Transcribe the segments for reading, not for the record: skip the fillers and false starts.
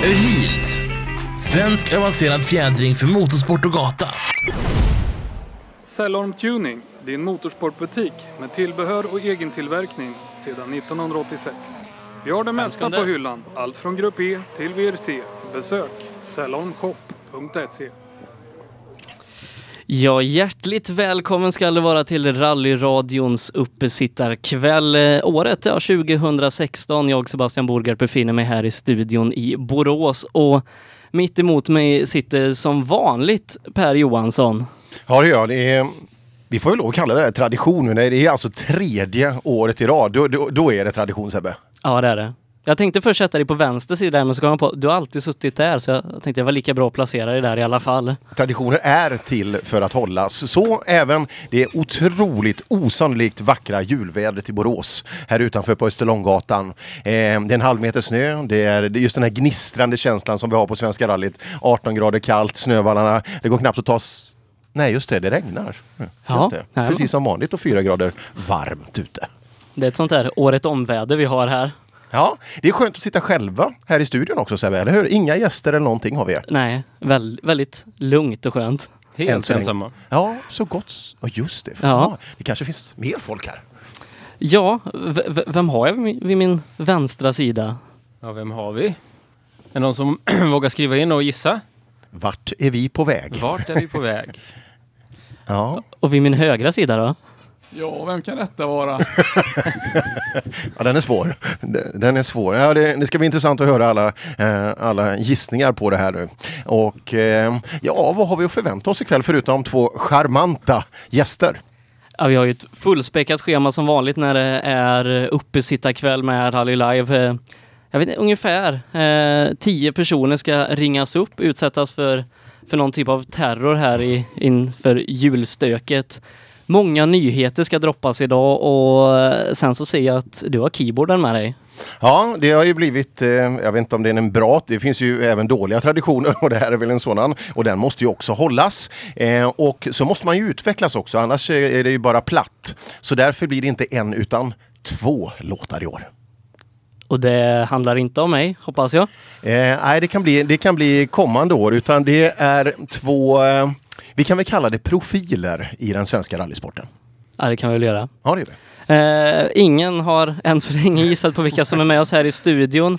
Öhlins, svensk avancerad fjädring för motorsport och gata. Cellorm Tuning, din motorsportbutik med tillbehör och egen tillverkning sedan 1986. Vi har det mesta på hyllan, allt från Grupp E till VRC. Besök cellormshop.se. Ja, hjärtligt välkommen ska det vara till rallyradions uppesittarkväll. Året 2016. Jag, Sebastian Borgart, befinner mig här i studion i Borås. Och mitt emot mig sitter som vanligt Per Johansson. Ja, det gör. Vi får ju lov att kalla det här tradition. Det är alltså 3:e året i rad. Då är det tradition, Sebbe. Ja, det är det. Jag tänkte först sätta dig på vänster sida, men så kom jag på, du har alltid suttit där, så jag tänkte det var lika bra att placera dig där i alla fall. Traditioner är till för att hållas. Så även det otroligt osannolikt vackra julvädret i Borås. Här utanför på Österlånggatan. Det är en halv meter snö. Det är just den här gnistrande känslan som vi har på Svenska rallyt. 18 grader kallt, snövallarna. Det går knappt att ta... Nej, just det regnar. Ja, just det. Precis som vanligt och 4 grader varmt ute. Det är ett sånt här året omväder vi har här. Ja, det är skönt att sitta själva här i studion också, Sebbe, eller hur? Inga gäster eller någonting har vi. Nej, väldigt lugnt och skönt. Helt ensamma. Ja, så gott. Ja, just det. Ja. Det kanske finns mer folk här. Ja, vem har jag vid min vänstra sida? Ja, vem har vi? Är det någon som vågar skriva in och gissa? Vart är vi på väg? Vart är vi på väg? Ja. Och vid min högra sida då? Ja, vem kan detta vara? Ja, den är svår. Den är svår. Ja, det ska bli intressant att höra alla gissningar på det här nu. Och ja, vad har vi att förvänta oss ikväll förutom 2 charmanta gäster? Ja, vi har ju ett fullspäckat schema som vanligt när det är uppesittarkväll med Rally Live. Jag vet inte, ungefär 10 personer ska ringas upp, utsättas för någon typ av terror här inför julstöket. Många nyheter ska droppas idag och sen så ser jag att du har keyboarden med dig. Ja, det har ju blivit, jag vet inte om det är en bra, det finns ju även dåliga traditioner och det här är väl en sådan och den måste ju också hållas. Och så måste man ju utvecklas också, annars är det ju bara platt. Så därför blir det inte 1 utan 2 låtar i år. Och det handlar inte om mig, hoppas jag. Nej, det kan bli kommande år, utan det är 2... vi kan väl kalla det profiler i den svenska rallysporten. Ja, det kan vi väl göra. Ja, det gör vi. Ingen har än så länge gissat på vilka som är med oss här i studion.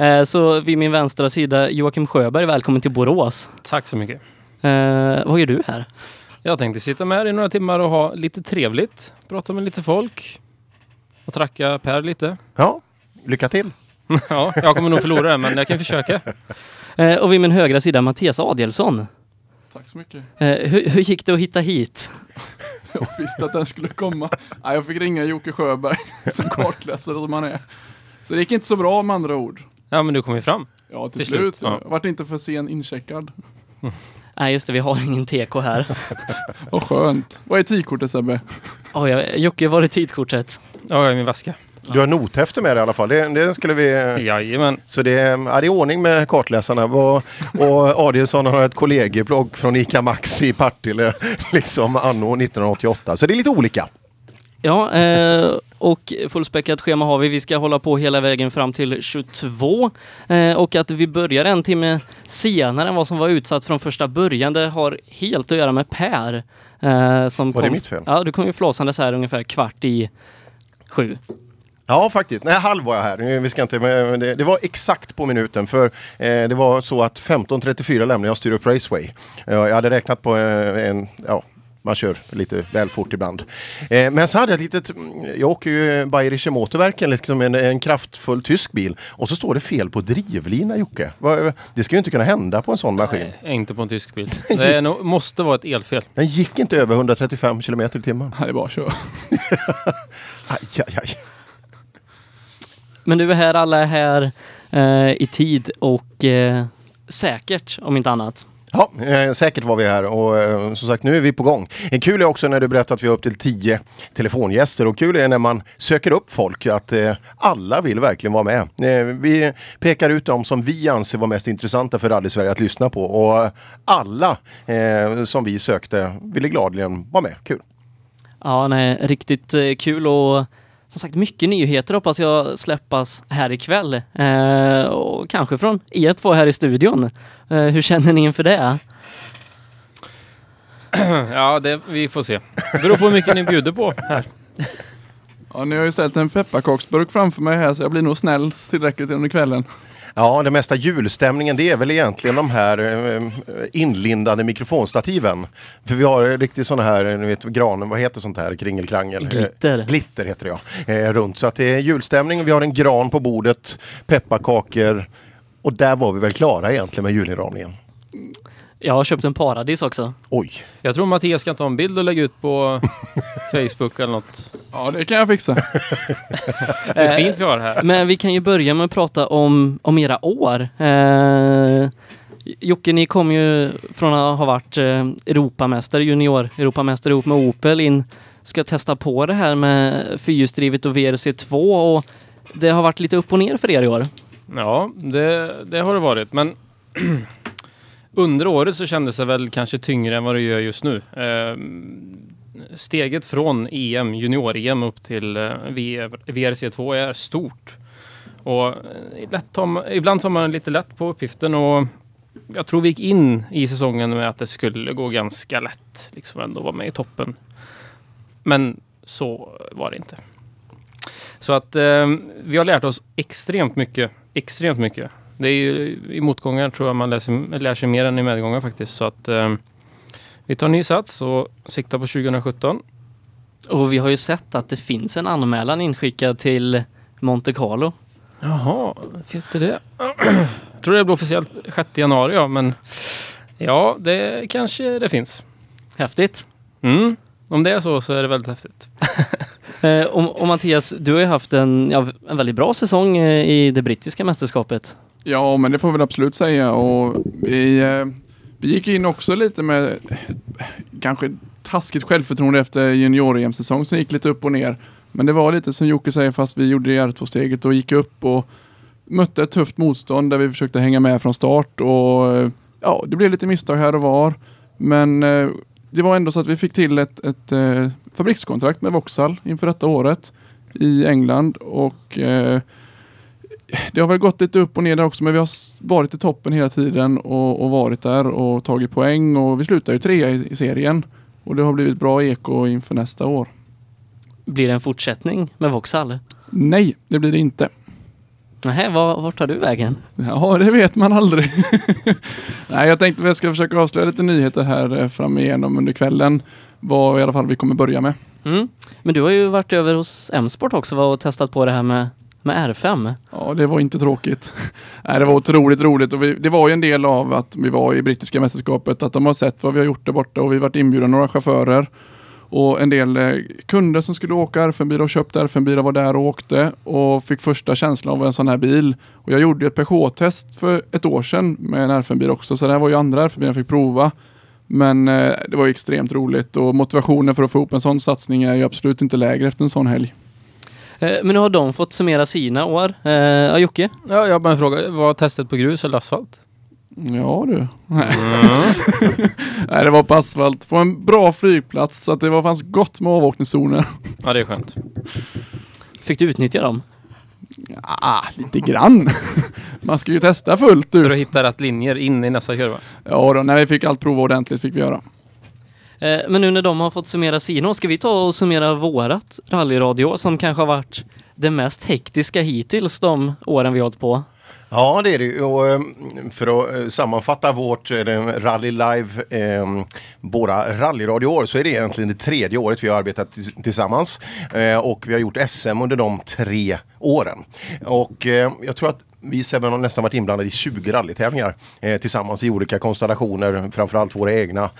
Så vid min vänstra sida, Joakim Sjöberg, välkommen till Borås. Tack så mycket. Vad gör du här? Jag tänkte sitta med i några timmar och ha lite trevligt. Prata med lite folk. Och tracka Per lite. Ja, lycka till. Ja, jag kommer nog förlora det, men jag kan försöka. Och vid min högra sida, Mattias Adelsson. Tack så mycket. Hur gick det att hitta hit? Jag visste att den skulle komma. Nej, jag fick ringa Jocke Sjöberg som kartläsare som han är. Så det gick inte så bra med andra ord. Ja, men du kom ju fram. Ja, till slut. Ja. Jag vart inte för sen incheckad. Nej, just det, vi har ingen TK här. Vad skönt. Vad är tidkortet, Sebbe? Jocke, var är tidkortet? Ja, jag är min väska. Du har nothäfte med det i alla fall. Det skulle vi... Jajamän. Så det är ordning med kartläsarna. Och Adielsson har ett kollegieblogg från ICA Maxi i Partille liksom anno 1988. Så det är lite olika. Ja, och fullspäckat schema har vi. Vi ska hålla på hela vägen fram till 22. Och att vi börjar 1 timme senare än vad som var utsatt från första början, det har helt att göra med Per. Var det mitt fel? Ja, du kom ju flåsande så här ungefär 6:15. Ja, faktiskt. Nej, halv var jag här. Vi ska inte, det var exakt på minuten. För det var så att 15:34 lämnade jag Sturup Raceway. Jag hade räknat på man kör lite väl fort ibland. Men så hade jag ett litet... Jag åker ju Bayerische Motorwerken, liksom en kraftfull tysk bil. Och så står det fel på drivlina, Jocke. Det ska ju inte kunna hända på en sån maskin. Nej, inte på en tysk bil. Det måste vara ett elfel. Den gick inte över 135 km i timmen. Nej, det är bara att köra. Aj. Men du är här, alla är här i tid och säkert, om inte annat. Ja, säkert var vi här och som sagt nu är vi på gång. Kul är också när du berättar att vi har upp till 10 telefongäster och kul är när man söker upp folk att alla vill verkligen vara med. Vi pekar ut dem som vi anser var mest intressanta för Rally Sverige att lyssna på och alla som vi sökte ville gladeligen vara med. Kul. Ja, nej, riktigt kul och som sagt, mycket nyheter hoppas jag släppas här ikväll. Och kanske från er två här i studion. Hur känner ni inför det? Ja, vi får se. Det beror på hur mycket ni bjuder på här. Ja, ni har ju ställt en pepparkaksburk framför mig här så jag blir nog snäll tillräckligt under kvällen. Ja, det mesta julstämningen det är väl egentligen de här inlindade mikrofonstativen. För vi har riktigt sådana här, ni vet, granen, vad heter sånt här, kringelkrangel? Glitter. Glitter heter det, ja. Runt, så att det är julstämning. Vi har en gran på bordet, pepparkakor och där var vi väl klara egentligen med julinramningen. Jag har köpt en paradis också. Oj. Jag tror Mattias kan ta en bild och lägga ut på Facebook eller något. Ja, det kan jag fixa. Det är fint vi har här. Men vi kan ju börja med att prata om era år. Jocke, ni kom ju från att ha varit Europamästare, junior-Europamästare ihop med Opel ska testa på det här med fyrhjulsdrivet och VRC2 och det har varit lite upp och ner för er i år. Ja, det har det varit. Men under året så kändes det väl kanske tyngre än vad det gör just nu. Steget från EM, junior-EM upp till VRC2 är stort. Och ibland tar man lite lätt på uppgiften och jag tror vi gick in i säsongen med att det skulle gå ganska lätt. Liksom ändå vara med i toppen. Men så var det inte. Så att vi har lärt oss extremt mycket. Det är ju i motgångar tror jag man lär sig mer än i medgångar faktiskt. Så att vi tar ny sats och siktar på 2017. Och vi har ju sett att det finns en anmälan inskickad till Monte Carlo. Jaha, finns det? Jag tror det blir officiellt 6 januari, ja. Men ja, det kanske det finns. Häftigt. Om det är så är det väldigt häftigt. Och Mattias, du har ju haft en väldigt bra säsong i det brittiska mästerskapet. Ja, men det får vi väl absolut säga. Och vi gick in också lite med kanske taskigt självförtroende efter junior-EM-säsong som gick lite upp och ner. Men det var lite som Jocke säger, fast vi gjorde R2-steget och gick upp och mötte ett tufft motstånd där vi försökte hänga med från start. Och ja, det blev lite misstag här och var. Men det var ändå så att vi fick till ett fabrikskontrakt med Vauxhall inför detta året i England. Och det har väl gått lite upp och ner där också, men vi har varit i toppen hela tiden och varit där och tagit poäng. Och vi slutar ju 3 i serien. Och det har blivit bra eko inför nästa år. Blir det en fortsättning med Vauxhall? Nej, det blir det inte. Nej, vart tar du vägen? Ja, det vet man aldrig. Nej, jag tänkte att vi ska försöka avslöja lite nyheter här fram igenom under kvällen. Vad i alla fall vi kommer börja med. Men du har ju varit över hos M-Sport också och testat på det här med R5. Ja, det var inte tråkigt. Nej, det var otroligt roligt. Och det var ju en del av att vi var i brittiska mästerskapet. Att de har sett vad vi har gjort där borta. Och vi har varit inbjudna några chaufförer. Och en del kunder som skulle åka R5-bilar och köpte R5-bilar var där och åkte. Och fick första känslan av en sån här bil. Och jag gjorde ett Peugeot-test för ett år sedan med en R5-bil också. Så det här var ju andra R5-bilar jag fick prova. Men det var extremt roligt. Och motivationen för att få ihop en sån satsning är ju absolut inte lägre efter en sån helg. Men nu har de fått summera sina år. Jocke? Ja, jag har bara en fråga. Var testet på grus eller asfalt? Ja du. Nej, det var på asfalt. På en bra flygplats så att det fanns gott med avåkningszoner. Ja, det är skönt. Fick du utnyttja dem? Ja, lite grann. Man ska ju testa fullt ut. För att hitta rätt linjer in i nästa kurva. Ja då, när vi fick allt prova ordentligt fick vi göra. Men nu när de har fått summera sina, ska vi ta och summera vårat rallyradio som kanske har varit det mest hektiska hittills de åren vi har hållit på? Ja, det är det. Och för att sammanfatta vårt Rally Live, våra rallyradioår, så är det egentligen det 3:e året vi har arbetat tillsammans. Och vi har gjort SM under de 3 åren. Och jag tror att vi har nästan varit inblandade i 20 rallytävlingar tillsammans i olika konstellationer, framförallt våra egna.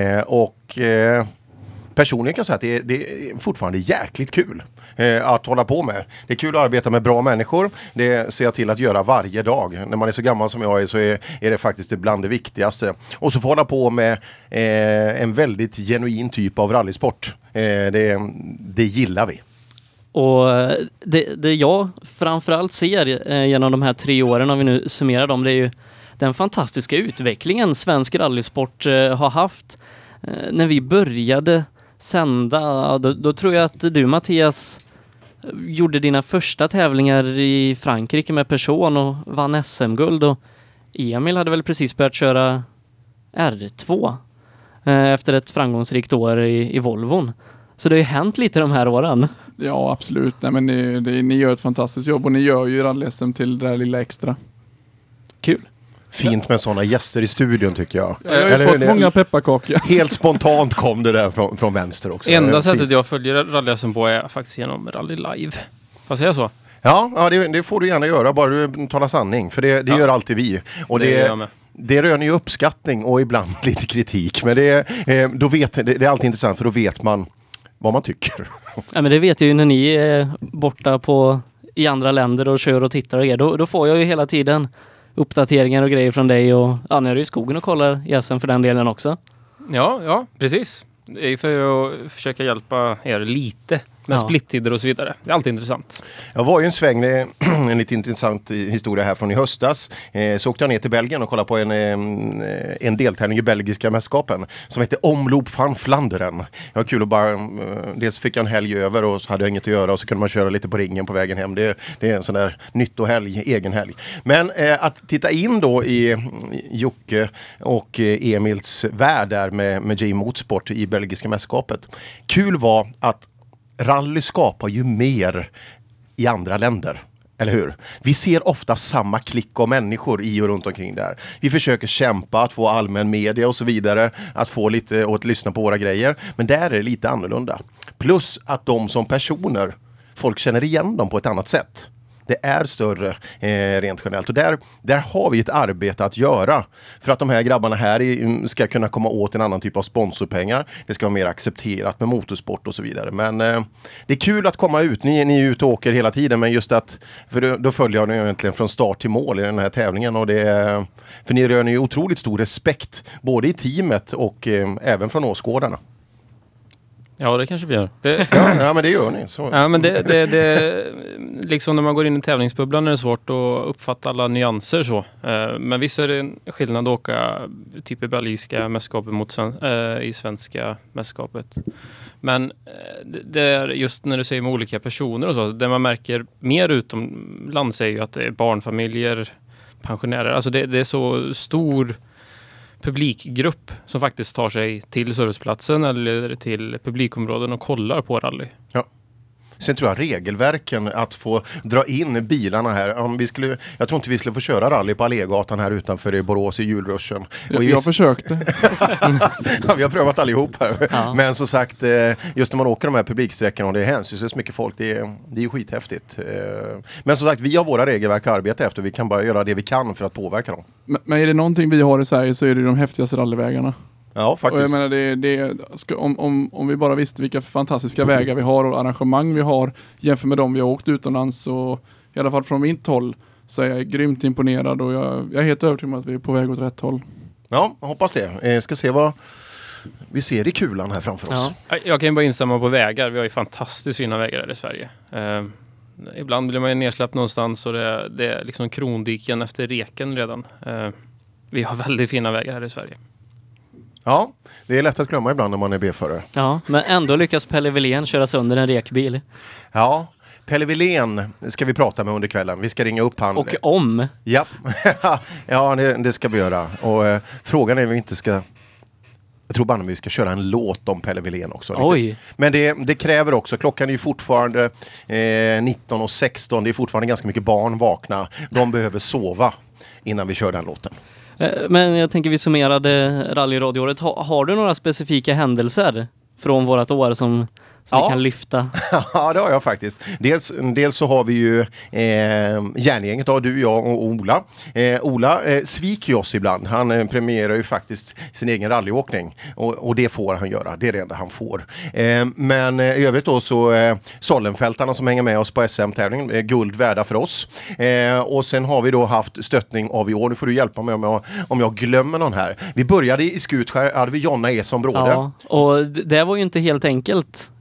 Personligen kan jag säga att det är fortfarande jäkligt kul att hålla på med. Det är kul att arbeta med bra människor. Det ser jag till att göra varje dag. När man är så gammal som jag är så är det faktiskt bland det viktigaste. Och så få hålla på med en väldigt genuin typ av rallysport. Det gillar vi. Och det jag framförallt ser genom de här 3 åren, om vi nu summerar dem, det är ju den fantastiska utvecklingen svensk rallysport har haft. När vi började sända, då tror jag att du, Mattias, gjorde dina första tävlingar i Frankrike med person och vann SM-guld, och Emil hade väl precis börjat köra R2 efter ett framgångsrikt år i Volvon. Så det har ju hänt lite de här åren. Ja, absolut. Nej, men ni gör ett fantastiskt jobb och ni gör ju rally-SM till det där lilla extra. Kul. Fint med sådana gäster i studion tycker jag. Jag har ju fått många pepparkakor. Helt spontant kom det där från vänster också. Enda sättet jag följer rally-SM på är faktiskt genom Rally Live. Vad säger jag så? Ja, det får du gärna göra, bara du talar sanning. För det gör alltid vi. Och det rör ju uppskattning och ibland lite kritik. Men det är alltid intressant, för då vet man vad man tycker. Ja, men det vet jag ju när ni är borta i andra länder och kör och tittar och grejer. Då får jag ju hela tiden uppdateringar och grejer från dig, och när du är i skogen och kollar i SM för den delen också. Ja, precis. Det är för att försöka hjälpa er lite med splittider och så vidare. Det är alltid intressant. Jag var ju en sväng, en lite intressant historia här från i höstas. Så åkte jag ner till Belgien och kollade på en deltävling i belgiska mästerskapen som heter Omloop van Vlaanderen. Det var kul att bara, dels fick jag en helg över och så hade jag inget att göra, och så kunde man köra lite på ringen på vägen hem. Det är en sån där nyttohelg, egen helg. Men att titta in då i Jocke och Emils värld där med J Motorsport i belgiska mästerskapet. Kul var att rally skapar ju mer i andra länder, eller hur? Vi ser ofta samma klick av människor i och runt omkring där. Vi försöker kämpa att få allmän media och så vidare, att få lite och att lyssna på våra grejer. Men där är det lite annorlunda. Plus att de som personer, folk känner igen dem på ett annat sätt. Det är större rent generellt. Och där har vi ett arbete att göra för att de här grabbarna här ska kunna komma åt en annan typ av sponsorpengar. Det ska vara mer accepterat med motorsport och så vidare. Men det är kul att komma ut. Ni är ute och åker hela tiden, men just att, för då följer jag egentligen från start till mål i den här tävlingen. Och för ni rör ju otroligt stor respekt både i teamet och även från åskådarna. Ja, det kanske vi gör. Ja, men det gör ni. Så. Ja, men det liksom när man går in i tävlingsbubblan är det svårt att uppfatta alla nyanser så. Men visst är det en skillnad att åka typ i belgiska mästerskapet mot i svenska mästerskapet. Men det är just när du säger med olika personer och så, det man märker mer utomlands är ju att det är barnfamiljer, pensionärer. Alltså det är så stor publikgrupp som faktiskt tar sig till serviceplatsen eller till publikområden och kollar på rally. Ja. Sen tror jag regelverken att få dra in bilarna här. Jag tror inte vi skulle få köra rally på Allégatan här utanför i Borås i julruschen. Jag försökte. Ja, vi har prövat allihop här. Ja. Men som sagt, just när man åker de här publiksträckorna och det är hänsynslöst mycket folk, det är ju skithäftigt. Men som sagt, vi har våra regelverk att arbeta efter. Vi kan bara göra det vi kan för att påverka dem. Men är det någonting vi har i Sverige så är det de häftigaste rallyvägarna. Ja, faktiskt. Och jag menar, om vi bara visste vilka fantastiska vägar vi har och arrangemang vi har jämfört med dem vi har åkt utomlands, så i alla fall från mitt håll så är jag grymt imponerad, och jag är helt övertygad om att vi är på väg åt rätt håll. Ja, jag hoppas det. Jag ska se vad vi ser i kulan här framför oss. Ja. Jag kan ju bara instämma på vägar. Vi har ju fantastiskt fina vägar här i Sverige. Ibland blir man ju nedsläppt någonstans och det är liksom krondiken efter reken redan. Vi har väldigt fina vägar här i Sverige. Ja, det är lätt att glömma ibland när man är B-förare. Ja, men ändå lyckas Pelle Wilén köra sönder en rekbil. Ja, Pelle Wilén ska vi prata med under kvällen. Vi ska ringa upp han. Och om. Ja, ja det ska vi göra. Och frågan är om vi inte ska... Jag tror bara att vi ska köra en låt om Pelle Wilén också. Oj. Men det kräver också. Klockan är ju fortfarande 19:16. Det är fortfarande ganska mycket barn vakna. De behöver sova innan vi kör den låten. Men jag tänker vi summerade rallyradioåret. Har du några specifika händelser från vårat år som vi kan lyfta? Ja, det har jag faktiskt. Dels så har vi ju järngänget, du, jag och Ola. Ola sviker ju oss ibland. Han premierar ju faktiskt sin egen rallyåkning. Och det får han göra. Det är det enda han får. Men i övrigt då så Sollenfältarna som hänger med oss på SM-tävlingen är guld värda för oss. Och sen har vi då haft stöttning av i år. Nu får du hjälpa mig om jag glömmer någon här. Vi började i Skutskär, hade vi Jonna E som bråde. Ja, och det var ju inte helt enkelt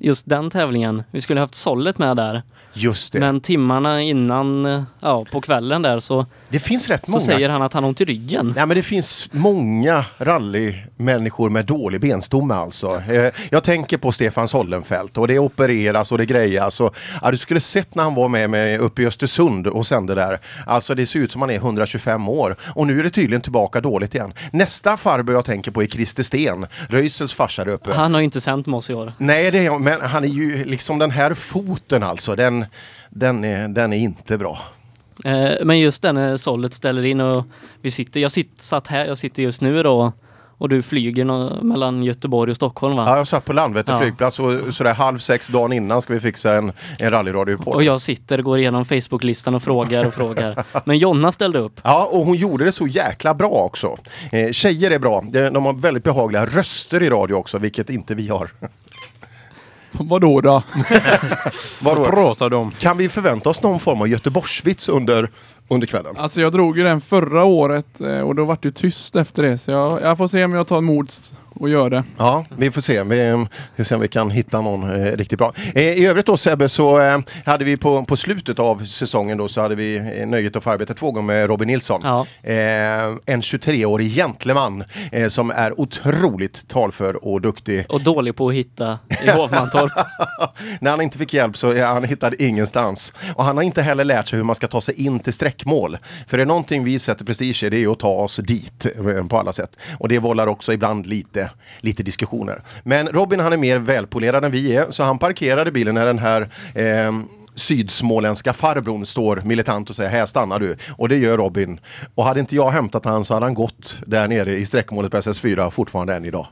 just den tävlingen. Vi skulle haft Sollet med där. Just det. Men timmarna innan, på kvällen där så, Det finns rätt så många. säger han att han har ont i ryggen. Nej, men det finns många rallymänniskor med dålig benstomme alltså. Jag tänker på Stefan Sollenfelt och det opereras och det grejas. Och, du skulle sett när han var med uppe i Östersund och sände där. Alltså det ser ut som han är 125 år. Och nu är det tydligen tillbaka dåligt igen. Nästa farbror jag tänker på är Christer Sten, Röisels farsa där uppe. Han har ju inte sänt med oss i år. Nej, men han är ju liksom den här foten alltså. Den är inte bra. Men just den Sollet ställer in och jag sitter just nu då och du flyger mellan Göteborg och Stockholm, va? Ja, jag satt på Landvetter flygplats och sådär 5:30 dagen innan ska vi fixa en rallyradio-report. Och jag går igenom Facebook-listan och frågar. Men Jonna ställde upp. Ja, och hon gjorde det så jäkla bra också. Tjejer är bra. De har väldigt behagliga röster i radio också, vilket inte vi har. Vadå då? Vadå? Vad pratar du om? Kan vi förvänta oss någon form av Göteborgsvits under kvällen? Alltså jag drog ju den förra året och då var det tyst efter det. Så jag får se om jag tar mods och gör det. Ja, vi får se. Vi ska se om vi kan hitta någon riktigt bra. I övrigt då Sebbe, så hade vi på slutet av säsongen då så hade vi nöjet att få arbeta 2 gånger med Robin Nilsson. Ja. En 23-årig gentleman som är otroligt talför och duktig. Och dålig på att hitta i Hovmantorp. När han inte fick hjälp så han hittade ingenstans. Och han har inte heller lärt sig hur man ska ta sig in till sträckmål. För det är någonting vi sätter prestige i, det är att ta oss dit på alla sätt. Och det vållar också ibland lite diskussioner. Men Robin, han är mer välpolerad än vi är, så han parkerade bilen när den här sydsmåländska farbrorn står militant och säger här stannar du. Och det gör Robin. Och hade inte jag hämtat han så hade han gått där nere i sträckmålet på SS4 fortfarande än idag.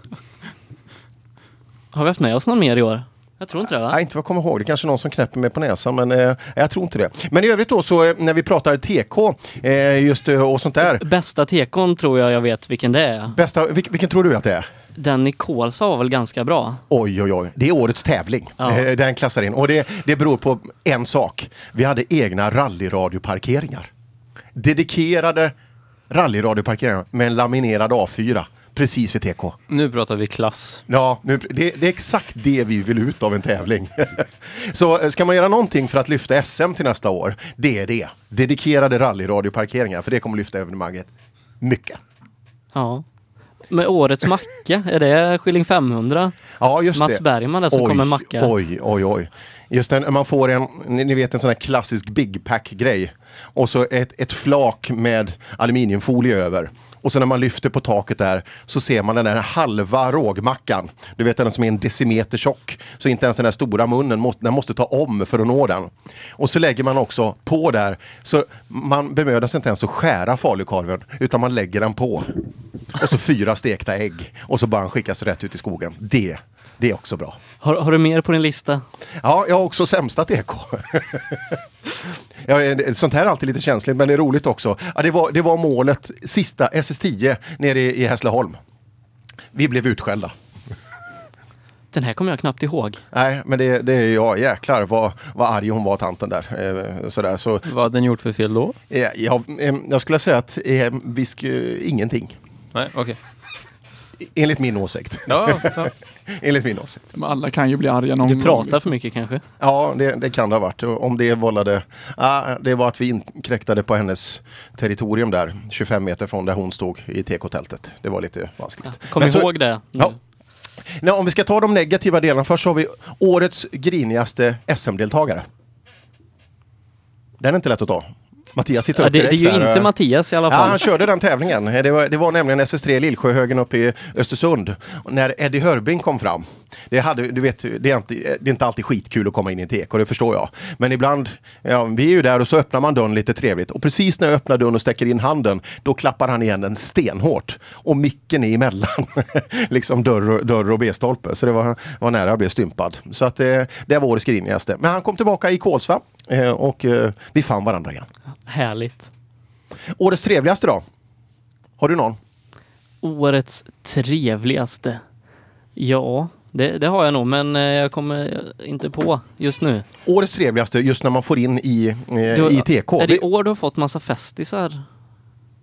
Har vi haft med oss någon mer i år? Jag tror inte det, va? Nej, inte vad jag kommer ihåg. Det är kanske någon som knäpper mig på näsan, men jag tror inte det. Men i övrigt då, så när vi pratar TK just och sånt där. Bästa tekon tror jag vet vilken det är. Bästa, vilken tror du att det är? Den i Kolsva var väl ganska bra. Oj. Det är årets tävling. Ja. Den klassar in. Och det beror på en sak. Vi hade egna rallyradioparkeringar. Dedikerade rallyradioparkeringar med en laminerad A4. Precis vid TK. Nu pratar vi klass. Ja, det är exakt det vi vill ut av en tävling. Så ska man göra någonting för att lyfta SM till nästa år, det är det. Dedikerade rallyradioparkeringar, för det kommer lyfta evenemanget mycket. Ja. Med årets macka, är det Skilling 500? Ja, just Mats det. Bergman där som kommer macka. Oj. Just när man får ni vet en sån här klassisk Big Pack-grej. Och så ett flak med aluminiumfolie över. Och så när man lyfter på taket där så ser man den där halva rågmackan. Du vet den som är en decimeter tjock. Så inte ens den där stora munnen den måste ta om för att nå den. Och så lägger man också på där. Så man bemödar sig inte ens att skära falukorven. Utan man lägger den på. Och så 4 stekta ägg. Och så bara skickas rätt ut i skogen. Det är också bra. Har du mer på din lista? Ja, jag har också sämsta TK. Sånt här är alltid lite känsligt, men det är roligt också. Ja, det var målet, sista SS10 nere i Hässleholm. Vi blev utskällda. Den här kommer jag knappt ihåg. Nej, men det är jag. Jäklar vad arg hon var, tanten där. Så, Vad hade den gjort för fel då? jag skulle säga att ingenting. Nej, okej. Enligt min åsikt. Ja. Enligt min åsikt. Men alla kan ju bli arga någon Du pratar gång, liksom. för mycket kanske? Ja, det kan det ha varit. Om det vållade... det var att vi inkräktade på hennes territorium där. 25 meter från där hon stod i TK-tältet. Det var lite vanskligt. Ja, kom ihåg det. Nu. Ja. Nej, om vi ska ta de negativa delarna först så har vi årets grinigaste SM-deltagare. Den är inte lätt att ta. Mattias sitter upp det är direkt ju där. inte Mattias i alla Ja, fall. han körde den tävlingen. Det var nämligen SS3 Lillsjöhögen uppe i Östersund. När Eddie Hörbing kom fram. Det är inte alltid skitkul att komma in i en TK, det förstår jag. Men ibland, vi är ju där och så öppnar man dörren lite trevligt. Och precis när jag öppnar dörren och stäcker in handen, då klappar han igen den stenhårt. Och micken är emellan. Liksom dörr och B-stolpe. Så det var nära att bli stympad. Så att det var årets grinigaste. Men han kom tillbaka i Kolsva och vi fann varandra igen. Härligt. Årets trevligaste då? Har du någon? Årets trevligaste. Ja, det har jag nog, men jag kommer inte på just nu. Årets trevligaste just när man får in i TK. Är det i år du har fått massa festisar?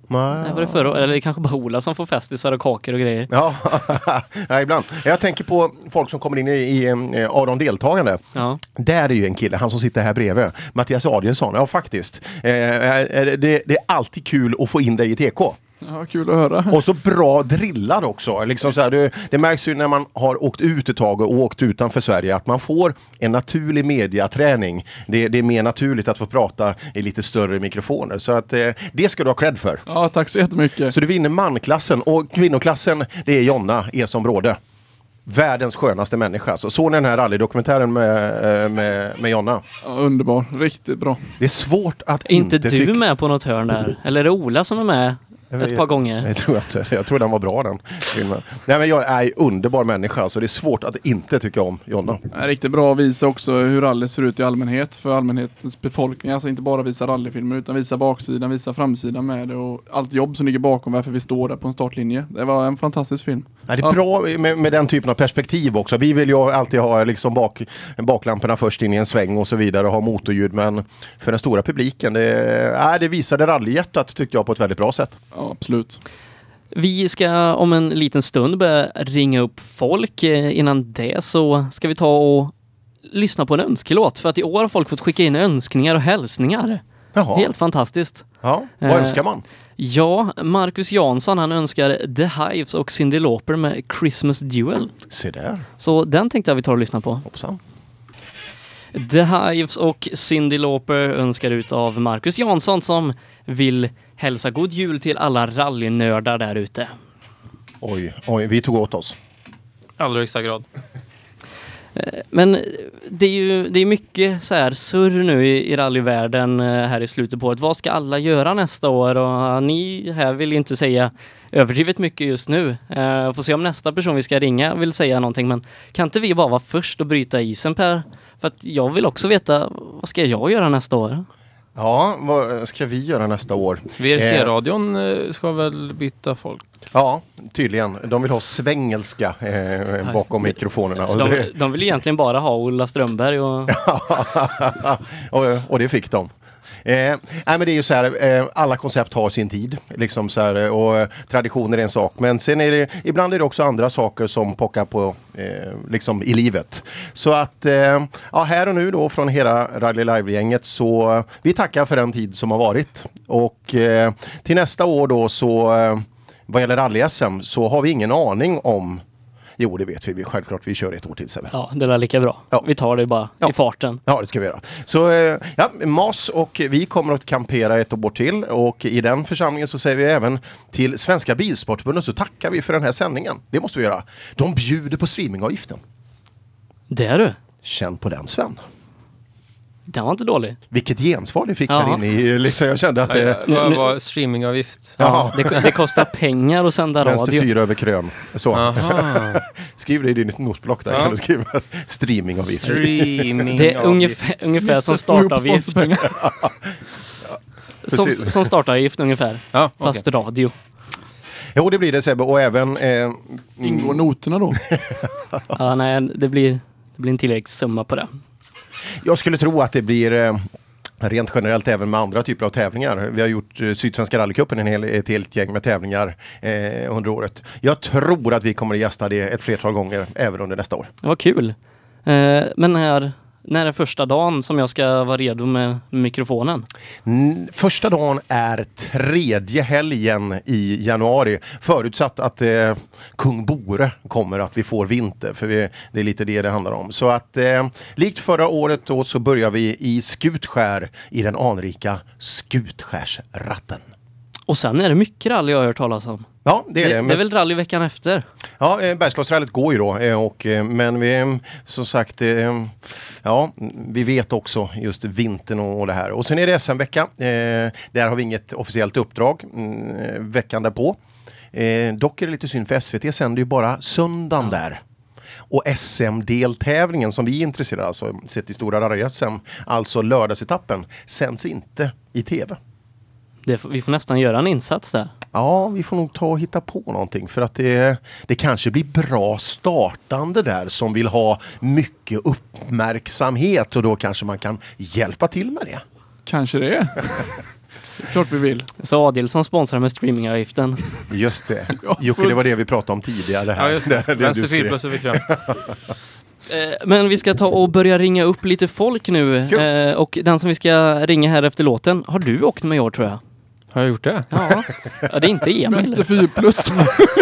Nej, var det förra, eller kanske bara Ola som får festisar och kakor och grejer. Ja, ja, ibland. Jag tänker på folk som kommer in i Aron deltagande. Ja. Där är ju en kille, han som sitter här bredvid. Mattias Adielsson, ja faktiskt. Det är alltid kul att få in dig i TK. Ja, kul att höra. Och så bra drillad också. Liksom så här, det märks ju när man har åkt ut ett tag och åkt utanför Sverige att man får en naturlig mediaträning. Det är mer naturligt att få prata i lite större mikrofoner. Så att det ska du ha cred för. Ja, tack så jättemycket. Så du vinner manklassen och kvinnoklassen, det är Jonna som bråde. Världens skönaste människa. Så såg ni den här rallydokumentären med Jonna? Ja, underbar, riktigt bra. Det är svårt att Är inte inte du med på något hörn där? Eller är det Ola som är med ett par gånger? Jag tror den var bra den filmen. Nej, men jag är en underbar människa så det är svårt att inte tycka om Jonna. Det är riktigt bra att visa också hur rally ser ut i allmänhet för allmänhetens befolkning. Alltså inte bara visa rallyfilmer utan visa baksidan, visa framsidan med det och allt jobb som ligger bakom varför vi står där på en startlinje. Det var en fantastisk film. Ja, det är bra med den typen av perspektiv också. Vi vill ju alltid ha liksom baklamporna först in i en sväng och så vidare och ha motorljud, men för den stora publiken det visade rallyhjärtat tyckte jag på ett väldigt bra sätt. Ja, absolut. Vi ska om en liten stund börja ringa upp folk. Innan det så ska vi ta och lyssna på en önskelåt. För att i år har folk fått skicka in önskningar och hälsningar. Jaha. Helt fantastiskt. Ja, vad önskar man? Ja, Marcus Jansson han önskar The Hives och Cyndi Lauper med Christmas Duel. Se där. Så den tänkte jag vi tar och lyssna på. Hoppsan. The Hives och Cyndi Lauper önskar ut av Marcus Jansson som vill hälsa god jul till alla rallynördar där ute. Oj, vi tog åt oss. Allra högsta grad. Men det är mycket så här surr nu i rallyvärlden här i slutet på året. Vad ska alla göra nästa år? Och ni här vill inte säga överdrivet mycket just nu. Får se om nästa person vi ska ringa vill säga någonting. Men kan inte vi bara vara först och bryta isen, Per? För att jag vill också veta, vad ska jag göra nästa år? Ja, vad ska vi göra nästa år? VRC-radion ska väl byta folk? Ja, tydligen. De vill ha svängelska bakom mikrofonerna. Och De vill egentligen bara ha Ola Strömberg. och det fick de. Nej, men det är ju så här, alla koncept har sin tid liksom så här, och traditioner är en sak, men sen är det ibland är det också andra saker som pockar på liksom i livet. Så att ja, här och nu då från hela Rally Live-gänget så vi tackar för den tid som har varit och till nästa år då så vad gäller rally-SM så har vi ingen aning om. Jo, det vet vi. Självklart, vi kör ett år till sen. Ja, det är lika bra. Ja. Vi tar det bara i farten. Ja, det ska vi göra. Så ja, MAS och vi kommer att kampera ett år till. Och i den församlingen så säger vi även till Svenska Bilsportförbundet så tackar vi för den här sändningen. Det måste vi göra. De bjuder på streamingavgiften. Det är du. Känn på den, Sven. Den var inte dålig. Vilket gensvar det fick här inne i, liksom, jag kände att det... Vad var streamingavgift? Ja, det kostar pengar att sända Vänster radio. 4 över krön. Så. Aha. Skriv det i din notblock där. Ja. Kan du skriva streamingavgift. Det är ungefär som startavgift. Som startavgift ungefär. Ja, Fast radio. Jo, det blir det, Sebbe. Och även... Ingår noterna då? Ja, nej, det blir en tillräcklig summa på det. Jag skulle tro att det blir rent generellt även med andra typer av tävlingar. Vi har gjort Sydsvenska rallycupen ett helt gäng med tävlingar under året. Jag tror att vi kommer att gästa det ett flertal gånger även under nästa år. Det var kul. Men när är första dagen som jag ska vara redo med mikrofonen? Första dagen är 3:e helgen i januari. Förutsatt att Kung Bore kommer, att vi får vinter. För det är lite det handlar om. Så att likt förra året då så börjar vi i Skutskär i den anrika Skutskärsratten. Och sen är det mycket rally jag har hört talas om. Ja, det är det. Det är väl rally veckan efter? Ja, Bergslagsrallyt går ju då. Men vi, som sagt, ja, vi vet också just vintern och det här. Och sen är det SM-vecka. Där har vi inget officiellt uppdrag veckan därpå. Dock är det lite synd för SVT sänder ju bara söndagen där. Och SM-deltävlingen som vi är intresserade av, alltså sett i stora rally-SM, alltså lördagsetappen, sänds inte i tv. Vi får nästan göra en insats där. Ja, vi får nog ta och hitta på någonting för att det kanske blir bra startande där som vill ha mycket uppmärksamhet och då kanske man kan hjälpa till med det. Kanske det. Klart vi vill. Så Adilson sponsrar med streamingavgiften. Just det. Jocke, det var det vi pratade om tidigare här. Ja, just det. Vänsterfil plus överkram. Men vi ska ta och börja ringa upp lite folk nu. Och den som vi ska ringa här efter låten, har du åkt med år tror jag? Har jag gjort det? Ja, det är inte Emil. Vänster 4 plus.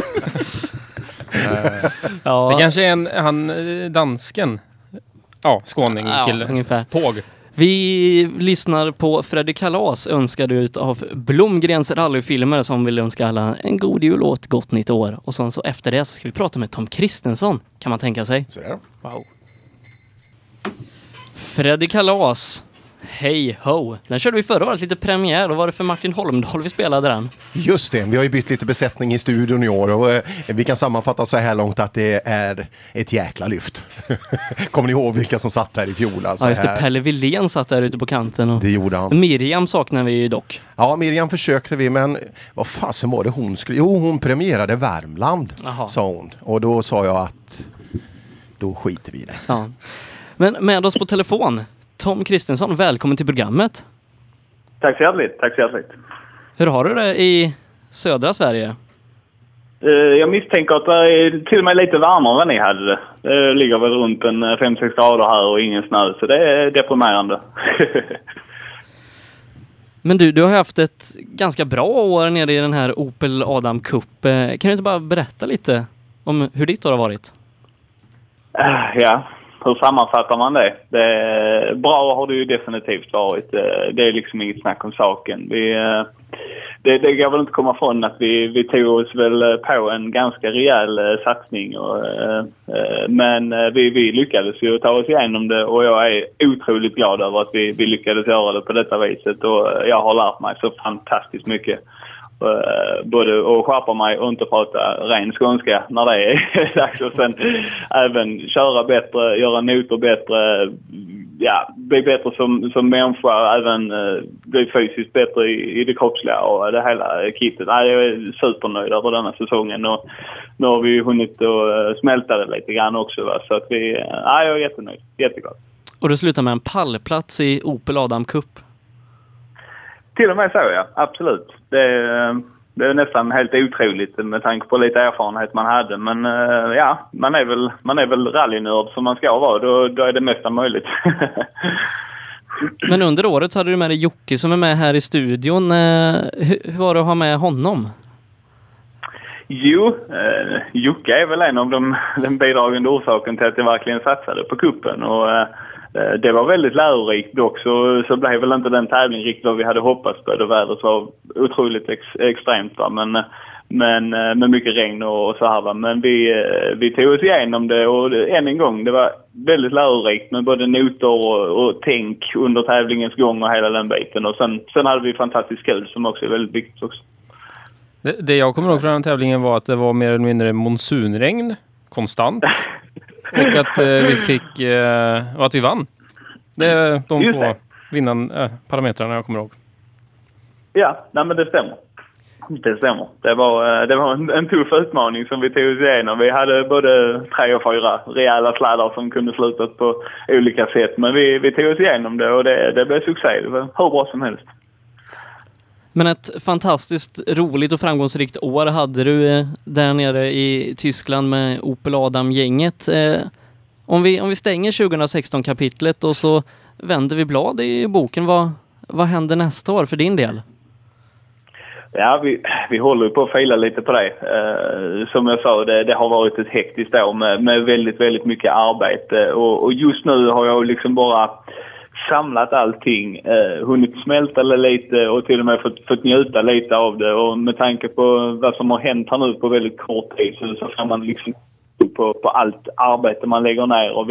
Ja. Det kanske är han dansken. Ja, skåning kille. Ungefär. Påg. Vi lyssnar på Freddy Kalas önskad ut av Blomgrens rallyfilmer som vill önska alla en god jul och ett gott nytt år. Och sen så efter det så ska vi prata med Tom Kristensson, kan man tänka sig. Så där. Wow. Freddy Kalas, Hej Ho. Den körde vi förra året, lite premiär. Då var det för Martin Holmdahl vi spelade den. Just det, vi har ju bytt lite besättning i studion i år och vi kan sammanfatta så här långt att det är ett jäkla lyft. Kommer ni ihåg vilka som satt där i fjol? Alltså Ja just det, Pelle Wilén satt där ute på kanten. Och det gjorde han. Miriam saknar vi ju dock. Ja, Miriam försökte vi, men vad fasen var det hon skulle... Jo, hon premierade Värmland, sa hon. Och då sa jag att då skiter vi i det. Ja. Men med oss på telefon, Tom Kristensson, välkommen till programmet. Tack så hjärtligt. Hur har du det i södra Sverige? Jag misstänker att det är till och med lite varmare än ni hade det. Det ligger väl runt en 5-6 grader här och ingen snö, så det är deprimerande. Men du har haft ett ganska bra år nere i den här Opel Adam Cup. Kan du inte bara berätta lite om hur ditt år har varit? Ja, hur sammanfattar man det? Bra har det ju definitivt varit. Det är liksom inget snack om saken. Det går väl inte komma från att vi tog oss väl på en ganska rejäl satsning. Men vi lyckades ju ta oss igenom det och jag är otroligt glad över att vi lyckades göra det på detta viset. Och jag har lärt mig så fantastiskt mycket. Både att skärpa mig och inte prata ren skånska när det är dags. Och sen även köra bättre, göra noter bättre, ja, bli bättre som människa, även bli fysiskt bättre i det kroppsliga och det hela kittet. Jag är supernöjd över denna säsongen och nu har vi hunnit att smälta det lite grann också. Va? Så att jag är jättenöjd, jätteglad. Och du slutar med en pallplats i Opel Adam Cup. Till och med så, ja. Absolut. Det är nästan helt otroligt med tanke på lite erfarenhet man hade. Men ja, man är väl rallynörd som man ska vara. Då är det mesta möjligt. Men under året så hade du med dig Jocke som är med här i studion. Hur var det att ha med honom? Jo, Jocke är väl en av den bidragande orsaken till att jag verkligen satsade på kuppen. Och det var väldigt lärorikt dock, så blev väl inte den tävling riktigt vad vi hade hoppats på. Det vädret var otroligt extremt, va? Men med mycket regn och så här. Va? Men vi tog oss igenom det och än en gång, det var väldigt lärorikt med både noter och tänk under tävlingens gång och hela den biten. Och sen hade vi fantastiskt kul som också är väldigt viktigt också. Det jag kommer ihåg från den tävlingen var att det var mer eller mindre monsunregn konstant. Och att vi fick och att vi vann. Det är de två vinnande parametrarna jag kommer ihåg. Ja, nej men det stämmer. Det stämmer. Det var en tuff utmaning som vi tog oss igenom. Vi hade både 3 och 4 rejäla sladdar som kunde slutas på olika sätt. Men vi tog oss igenom det och det blev succé. Det var hur bra som helst. Men ett fantastiskt roligt och framgångsrikt år hade du där nere i Tyskland med Opel Adam-gänget. Om vi stänger 2016-kapitlet och så vänder vi blad i boken, vad händer nästa år för din del? Ja, vi håller på att fila lite på det. Som jag sa, det har varit ett hektiskt år med väldigt, väldigt mycket arbete. Och just nu har jag liksom bara samlat allting, hunnit smälta lite och till och med fått njuta lite av det. Och med tanke på vad som har hänt här nu på väldigt kort tid så kan man liksom på allt arbete man lägger ner. Och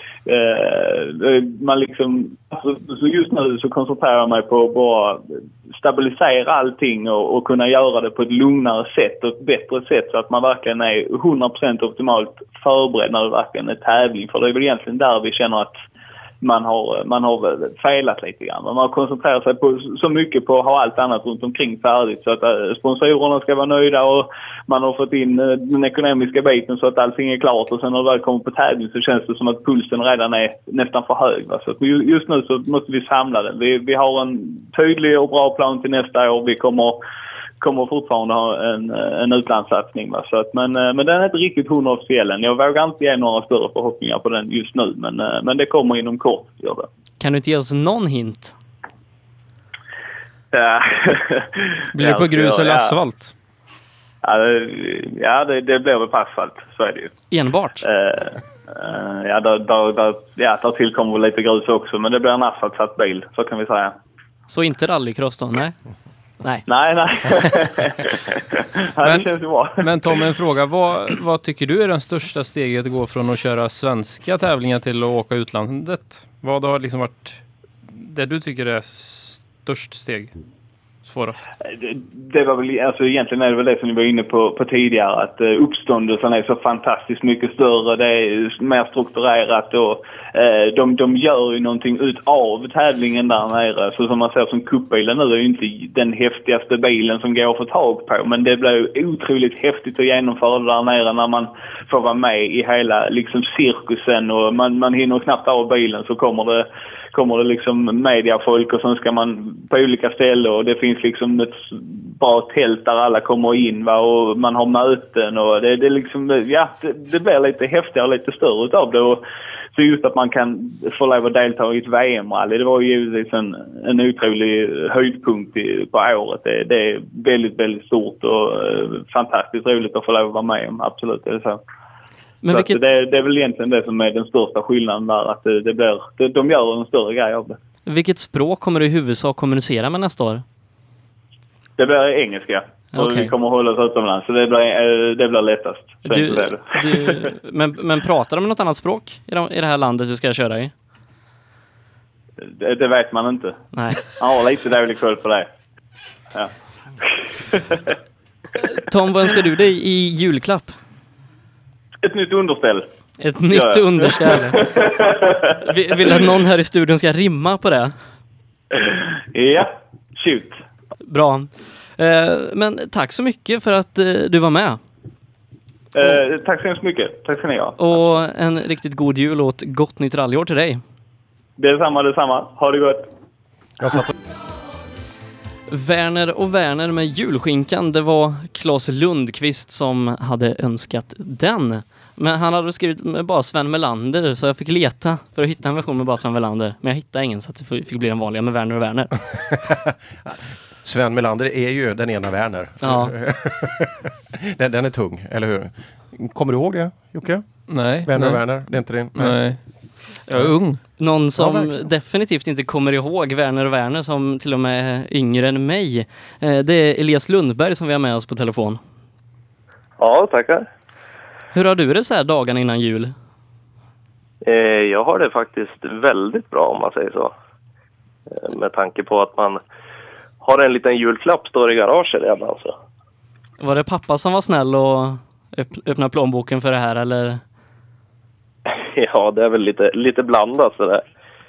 man liksom, så just nu så koncentrerar jag mig på att bara stabilisera allting och kunna göra det på ett lugnare sätt och ett bättre sätt så att man verkligen är 100% optimalt förberedd när det verkligen är tävling. För det är väl egentligen där vi känner att man har felat lite grann. Man har koncentrerat sig så mycket på att ha allt annat runt omkring färdigt så att sponsorerna ska vara nöjda och man har fått in den ekonomiska biten så att allting är klart, och sen när det väl kommer på tävling så känns det som att pulsen redan är nästan för hög. Va? Så att just nu så måste vi samla den. Vi har en tydlig och bra plan till nästa år. Vi kommer fortfarande ha en utlandssatsning. Va? Så att, men den är inte riktigt 100 officiell än. Jag vågar inte ge några större förhoppningar på den just nu, men det kommer inom kort. Gör det. Kan du inte ge oss någon hint? Blir det på grus eller asfalt? Det blir väl på asfalt. Så är det ju. Enbart? Där tillkommer väl lite grus också, men det blir en asfaltsatt bil, så kan vi säga. Så inte rallycross då? Nej. Nej. Det känns ju bra. Men Tom, en fråga. Vad tycker du är den största steget att gå från att köra svenska tävlingar till att åka utlandet? Vad har liksom varit det du tycker är störst steg? Svårast? Det var väl, alltså egentligen är det väl det som vi var inne på tidigare, att uppståndelsen är så fantastiskt mycket större, det är mer strukturerat och de gör ju någonting utav tävlingen där nere. Så som man ser som kuppbilen nu är ju inte den häftigaste bilen som går att få tag på, men det blir otroligt häftigt att genomföra det där nere när man får vara med i hela liksom cirkusen, och man hinner knappt av bilen så kommer det liksom mediafolk, och sen ska man på olika ställen, och det finns liksom ett bra tält där alla kommer in, va, och man har möten, och det liksom, det blir lite häftigare och lite större utav det. Och så just att man kan få lov att delta i ett VM-rally, det var ju givetvis en otrolig höjdpunkt på året. Det är väldigt, väldigt stort och fantastiskt roligt att få lov att vara med om, absolut, det är så. Men så vilket... det är väl egentligen det som är den största skillnaden där, att de gör en större grej av det. Vilket språk kommer du i huvudsak kommunicera med nästa år? Det blir engelska. Och vi kommer hålla oss utomlands, så det blir lättast. Men pratar de med något annat språk i det här landet du ska köra i? Det vet man inte. Nej. Ja, lite dålig koll på det. Ja. Tom, vad önskar du dig i julklapp? Ett nytt underställ. Ett nytt underställ. Vill att någon här i studion ska rimma på det? Ja, shoot. Bra. Men tack så mycket för att du var med. Tack så hemskt mycket. Tack ska ni ha. Och en riktigt god jul och ett gott nytt rallyår till dig. Detsamma. Ha det gott. Werner och Werner med julskinkan, det var Claes Lundqvist som hade önskat den. Men han hade skrivit med bara Sven Melander, så jag fick leta för att hitta en version med bara Sven Melander. Men jag hittade ingen, så att det fick bli den vanliga med Werner och Werner. Sven Melander är ju den ena Werner. Ja. den är tung, eller hur? Kommer du ihåg det, Jocke? Nej. Werner och Werner, det är inte det? Nej. Jag är ung. Någon som definitivt inte kommer ihåg Werner och Werner, som till och med är yngre än mig. Det är Elias Lundberg som vi har med oss på telefon. Ja, tackar. Hur har du det så här dagarna innan jul? Jag har det faktiskt väldigt bra, om man säger så. Med tanke på att man har en liten julklapp står i garaget redan. Så. Var det pappa som var snäll och öppnade plånboken för det här, eller? Ja, det är väl lite blandat sådär.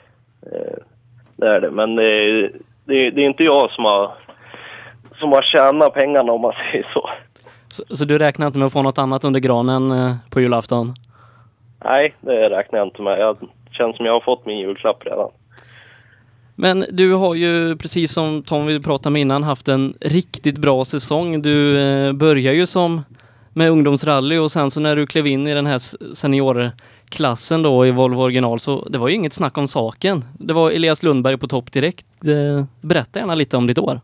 Det är det, men det är inte jag som har tjänat pengarna, om man säger så. Så du räknar inte med att få något annat under granen på julafton? Nej, det räknar jag inte med. Jag känns som jag har fått min julklapp redan. Men du har ju, precis som Tom vi pratade med innan, haft en riktigt bra säsong. Du börjar ju med ungdomsrally, och sen så när du klev in i den här seniorklassen då i Volvo original, så det var ju inget snack om saken. Det var Elias Lundberg på topp direkt. Berätta gärna lite om ditt år.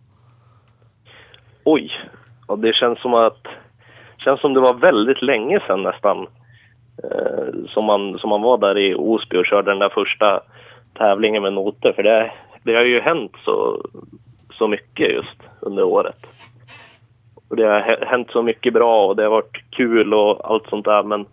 Oj, och det känns som det var väldigt länge sedan nästan som man var där i Osby och körde den där första tävlingen med noter, för det har ju hänt så mycket just under året. Och det har hänt så mycket bra, och det har varit kul och allt sånt där, men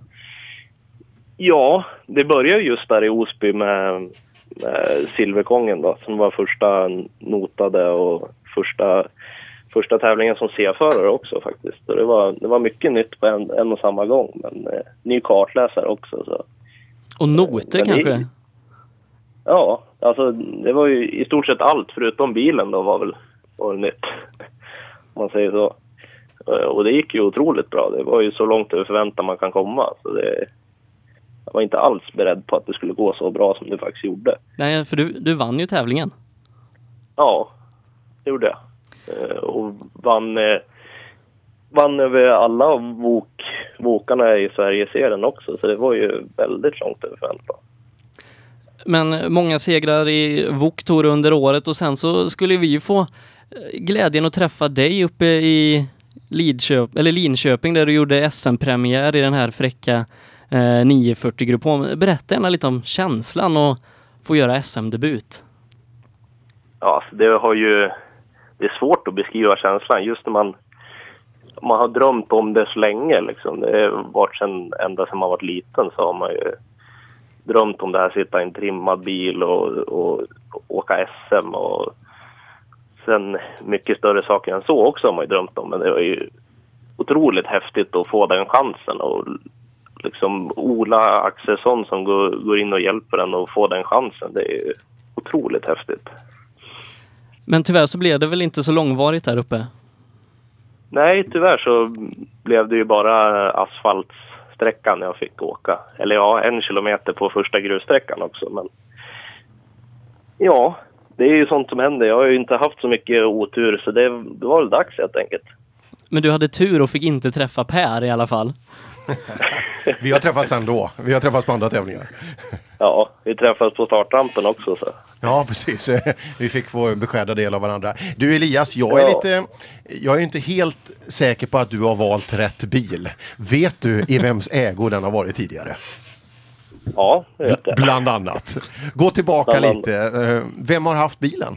ja, det började just där i Osby med Silverkongen då, som var första notade och första tävlingen som C-förare också faktiskt. Och det var mycket nytt på en och samma gång, men ny kartläsare också. Så. Och noter kanske? Ja, alltså det var ju i stort sett allt förutom bilen då var väl nytt. Om man säger så. Och det gick ju otroligt bra. Det var ju så långt över förväntan man kan komma. Så jag var inte alls beredd på att det skulle gå så bra som det faktiskt gjorde. Nej, för du vann ju tävlingen. Ja, det gjorde jag. Och vann över alla vokarna i Sverige-serien också. Så det var ju väldigt långt över förväntan. Men många segrar i VOK-tour under året och sen så skulle vi ju få glädjen att träffa dig uppe i Linköping där du gjorde SM-premiär i den här fräcka 940-gruppen. Berätta gärna lite om känslan och få göra SM-debut. Ja, det är svårt att beskriva känslan just när man har drömt om det så länge liksom. Det har varit ända sedan man var liten så har man ju drömt om det här, sitta i en trimmad bil och åka SM och sen mycket större saker än så också har man ju drömt om, men det var ju otroligt häftigt att få den chansen och liksom Ola Axelsson som går in och hjälper en att få den chansen, det är ju otroligt häftigt. Men tyvärr så blev det väl inte så långvarigt där uppe? Nej, tyvärr så blev det ju bara asfaltsträckan jag fick åka. Eller ja, 1 kilometer på första grussträckan också. Men ja, det är ju sånt som händer. Jag har ju inte haft så mycket otur så det var väl dags helt enkelt. Men du hade tur och fick inte träffa Per i alla fall. Vi har träffats ändå. Vi har träffats på andra tävlingar. Ja, vi träffades på startrampen också. Så. Ja, precis. Vi fick vår beskärda del av varandra. Du Elias, jag är inte helt säker på att du har valt rätt bil. Vet du i vems ägo den har varit tidigare? Ja, det vet jag. Bland annat. Gå tillbaka lite. Vem har haft bilen?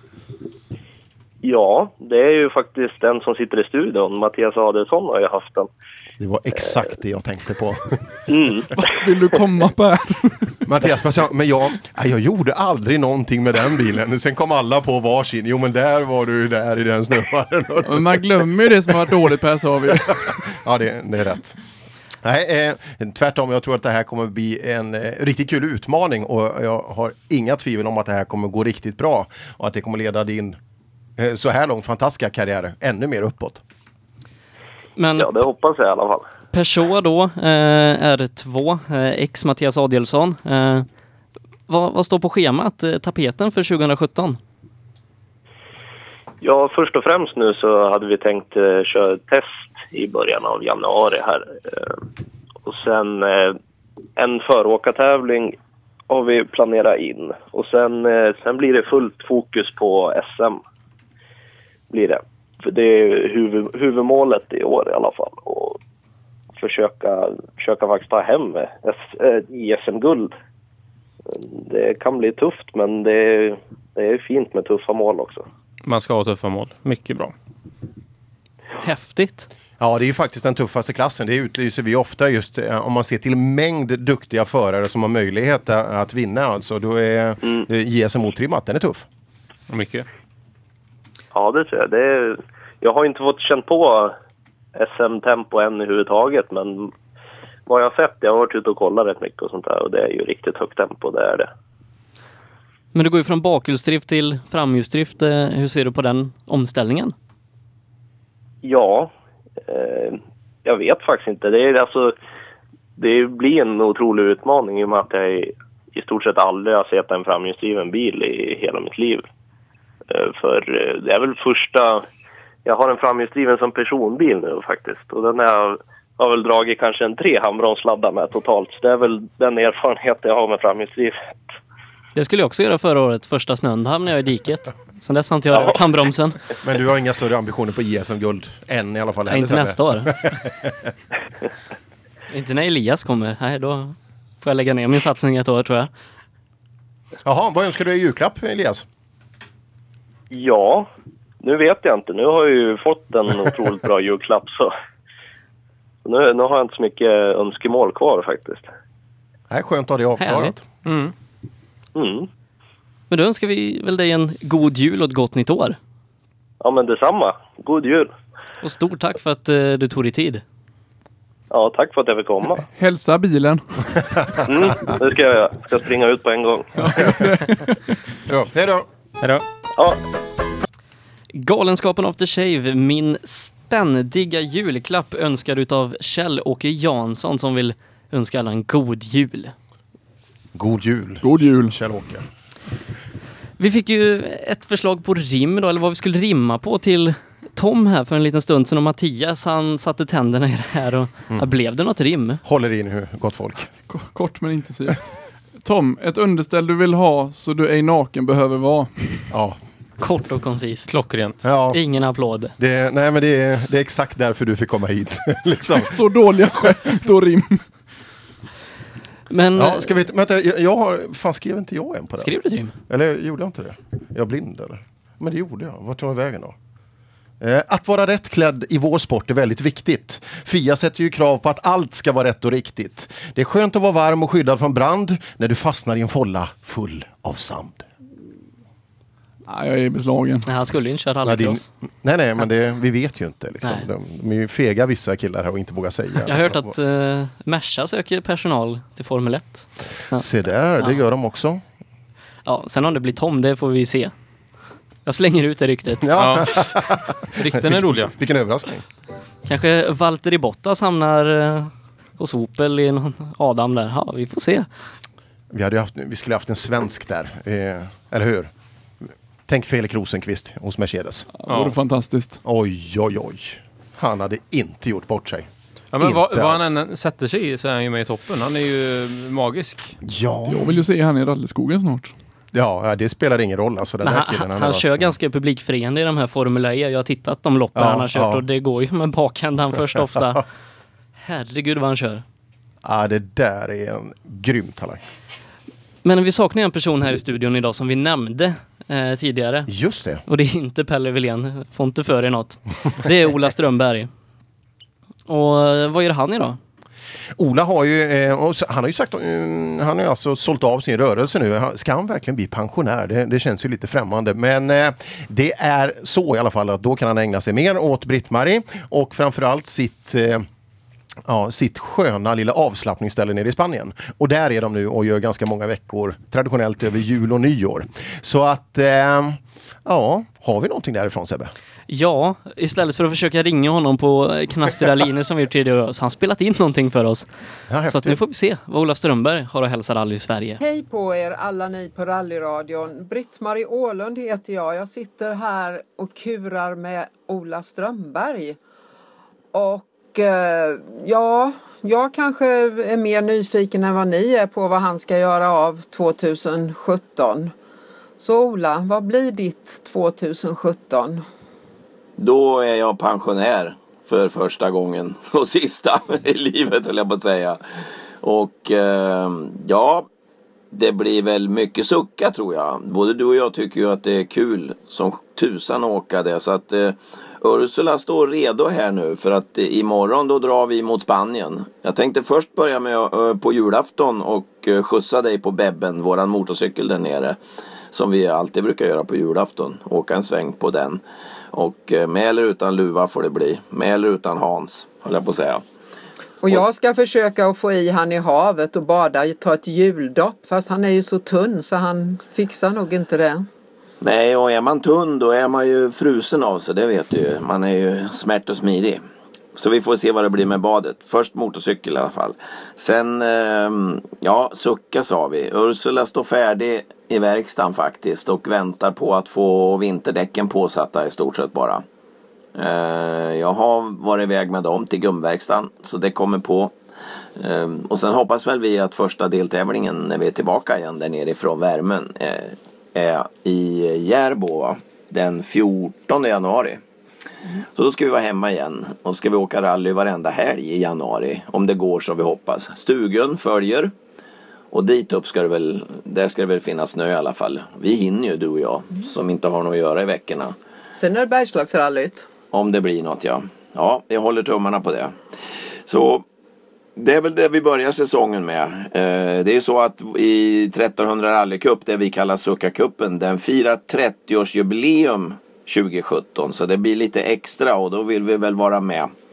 Ja, det är ju faktiskt den som sitter i studion. Mattias Adelsson har ju haft den. Det var exakt det jag tänkte på. Vart vill du komma på? Mattias, men jag gjorde aldrig någonting med den bilen. Sen kom alla på varsin. Jo, men där var du där i den snöaren. Man glömmer ju det som har varit dåligt, Per, sa vi. Ja, det är rätt. Nej, tvärtom. Jag tror att det här kommer bli en riktigt kul utmaning. Och jag har inga tvivel om att det här kommer gå riktigt bra. Och att det kommer leda din så här långt fantastiska karriär ännu mer uppåt. Men ja, det hoppas jag i alla fall. Peugeot då, R2, ex Mattias Adelsson. Vad står på schemat, tapeten för 2017? Ja, först och främst nu så hade vi tänkt köra test i början av januari här. Och sen en föråkartävling har vi planerat in. Och sen blir det fullt fokus på SM. Blir det. För det är huvudmålet i år i alla fall. Och försöka faktiskt ta hem SM-guld. Det kan bli tufft, men det är fint med tuffa mål också. Man ska ha tuffa mål. Mycket bra. Häftigt. Ja, det är ju faktiskt den tuffaste klassen. Det utlyser vi ofta just om man ser till mängd duktiga förare som har möjlighet att vinna. Alltså, då är JSM otrimmat. Den är tuff. Mycket. Ja, det tror jag. Jag har inte fått känt på SM-tempo än i huvudtaget, men vad jag har sett, jag har varit ute och kollat rätt mycket och sånt där och det är ju riktigt högt tempo, det är det. Men du går ju från bakhjulsdrift till framhjulsdrift. Hur ser du på den omställningen? Ja, jag vet faktiskt inte. Det blir en otrolig utmaning i och med att jag i stort sett aldrig har sett en framhjulsdriven bil i hela mitt liv. För det är väl jag har en framhjulsdriven som personbil nu faktiskt. Och den har väl dragit kanske 3 handbromsladdar med totalt. Så det är väl den erfarenhet jag har med framhjulsdrivet. Det skulle jag också göra förra året. Första snön hamnade jag i diket. Sen dess har inte jag rört handbromsen. Men du har inga större ambitioner på JSM-guld än i alla fall? Nej, inte nästa år. Inte när Elias kommer. Nej, då får jag lägga ner min satsning ett år, tror jag. Jaha, vad önskar du i julklapp, Elias? Ja, nu vet jag inte. Nu har jag ju fått en otroligt bra julklapp. Så nu har jag inte så mycket önskemål kvar faktiskt. Det är skönt att ha det avklarat. Men då önskar vi väl dig en god jul och ett gott nytt år. Ja, men detsamma. God jul. Och stort tack för att du tog dig tid. Ja, tack för att jag fick komma. Hälsa bilen. Det ska jag göra. Ska springa ut på en gång. Ja, hej då. Hej då. Ja. Galenskapen After Shave, min ständiga julklapp önskar utav Kjell-Åke Jansson som vill önska alla en god jul. God jul. God jul. Kjell-Åke. Vi fick ju ett förslag på rim då, eller vad vi skulle rimma på till Tom här för en liten stund sedan, och Mattias han satte tänderna i det här och blev det något rim? Håller i nu, gott folk. Kort men intensivt. Tom, ett underställ du vill ha så du ej naken behöver vara. Ja. Kort och koncist. Klockrent. Ja. Ingen applåd. Nej, men det är exakt därför du fick komma hit. liksom. Så dåliga skämt och rim. Men Ja, ska vi... Vänta, jag har... Fan, skrev inte jag en på det? skrev du ett rim? Eller gjorde jag inte det? Är jag blind eller? Men det gjorde jag. Vart tog jag vägen då? Att vara rätt klädd i vår sport är väldigt viktigt. Fia sätter ju krav på att allt ska vara rätt och riktigt. Det är skönt att vara varm och skyddad från brand när du fastnar i en folla full av sand. Nej, jag är beslagen. Nej, han skulle ju inte köra rallycross. Nej, men vi vet ju inte. Liksom. Nej. De är ju fega vissa killar här och inte vågar säga. Jag har hört att Merca söker personal till Formel 1. Ja. Se där, det gör de också. Ja, sen om det blir Tom, det får vi se. Jag slänger ut det ryktet. Ja. Rykten är roliga. Vilken överraskning. Kanske Valtteri Bottas hamnar hos Opel i någon Adam där. Ja, vi får se. Vi skulle haft en svensk där. Eller hur? Tänk Felix Rosenqvist hos Mercedes. Ja. Det vore fantastiskt. Oj. Han hade inte gjort bort sig. Ja, men vad Inte han än sätter sig i så är han ju med i toppen. Han är ju magisk. Ja. Jag vill ju se han i rallyskogen snart. Ja, det spelar ingen roll. Alltså, den Men där killen, han kör ganska publikfriande i de här Formel 1. Jag har tittat de loppen han har kört och det går ju med bakhändan först ofta. Herregud vad han kör. Ja, det där är en grym talang. Men vi saknar en person här i studion idag som vi nämnde tidigare. Just det. Och det är inte Pelle Wilén. Får inte för er något. Det är Ola Strömberg. Och vad gör han idag? Ola har ju, han har ju sagt, han har ju alltså sålt av sin rörelse nu. Ska han verkligen bli pensionär? Det känns ju lite främmande. Men det är så i alla fall att då kan han ägna sig mer åt Britt-Marie och framförallt sitt sköna lilla avslappningsställe nere i Spanien. Och där är de nu och gör ganska många veckor traditionellt över jul och nyår. Så att, har vi någonting därifrån, Sebbe? Ja, istället för att försöka ringa honom på knastiga linjer som vi gjort tidigare så har han spelat in någonting för oss. Ja, så att nu får vi se vad Ola Strömberg har att hälsa rally i Sverige. Hej på er alla ni på rallyradion. Britt-Marie Åhlund heter jag. Jag sitter här och kurar med Ola Strömberg. Och jag kanske är mer nyfiken än vad ni är på vad han ska göra av 2017. Så Ola, vad blir ditt 2017? Då är jag pensionär för första gången och sista i livet, höll jag på att säga. Och det blir väl mycket sucka, tror jag. Både du och jag tycker ju att det är kul som tusan att åka det. Så att Ursula står redo här nu för att imorgon då drar vi mot Spanien. Jag tänkte först börja med på julafton och skjutsa dig på Bebben, våran motorcykel där nere. Som vi alltid brukar göra på julafton. Åka en sväng på den. Och med eller utan luva får det bli. Med eller utan Hans, höll jag på att säga. Och jag ska försöka att få i han i havet och bada, ta ett juldopp. Fast han är ju så tunn så han fixar nog inte det. Nej, och är man tunn då är man ju frusen av sig, det vet du ju. Man är ju smärt och smidig. Så vi får se vad det blir med badet. Först motorcykel i alla fall. Sen, sucka sa vi. Ursula står färdig i verkstaden faktiskt. Och väntar på att få vinterdäcken påsatta i stort sett bara. Jag har varit iväg med dem till gumverkstan. Så det kommer på. Och sen hoppas väl vi att första deltävlingen när vi är tillbaka igen där nere ifrån värmen är i Järbo den 14 januari. Så då ska vi vara hemma igen och ska vi åka rally varenda helg i januari om det går som vi hoppas. Stugun följer och dit upp ska det väl finnas snö i alla fall. Vi hinner ju, du och jag, som inte har något att göra i veckorna. Sen är det Bergslagsrallyt. Om det blir något, ja. Ja, jag håller tummarna på det. Så det är väl det vi börjar säsongen med. Det är så att i 1300 rallycup, det vi kallar Succa-cupen, den firar 30-årsjubileum 2017. Så det blir lite extra och då vill vi väl vara med.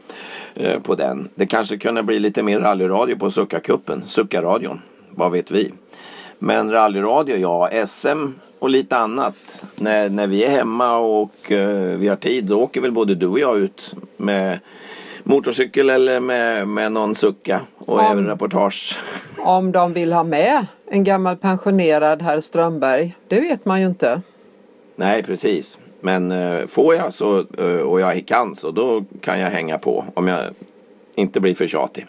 på den. Det kanske kunde bli lite mer rallyradio på Succa-cupen, Succa-radion, vad vet vi. Men rallyradio, ja, SM och lite annat. När vi är hemma och vi har tid så åker väl både du och jag ut med motorcykel eller med någon Succa och även reportage. Om de vill ha med en gammal pensionerad herr Strömberg, det vet man ju inte. Nej, precis. Men får jag så, och jag kan så, då kan jag hänga på om jag inte blir för tjatig.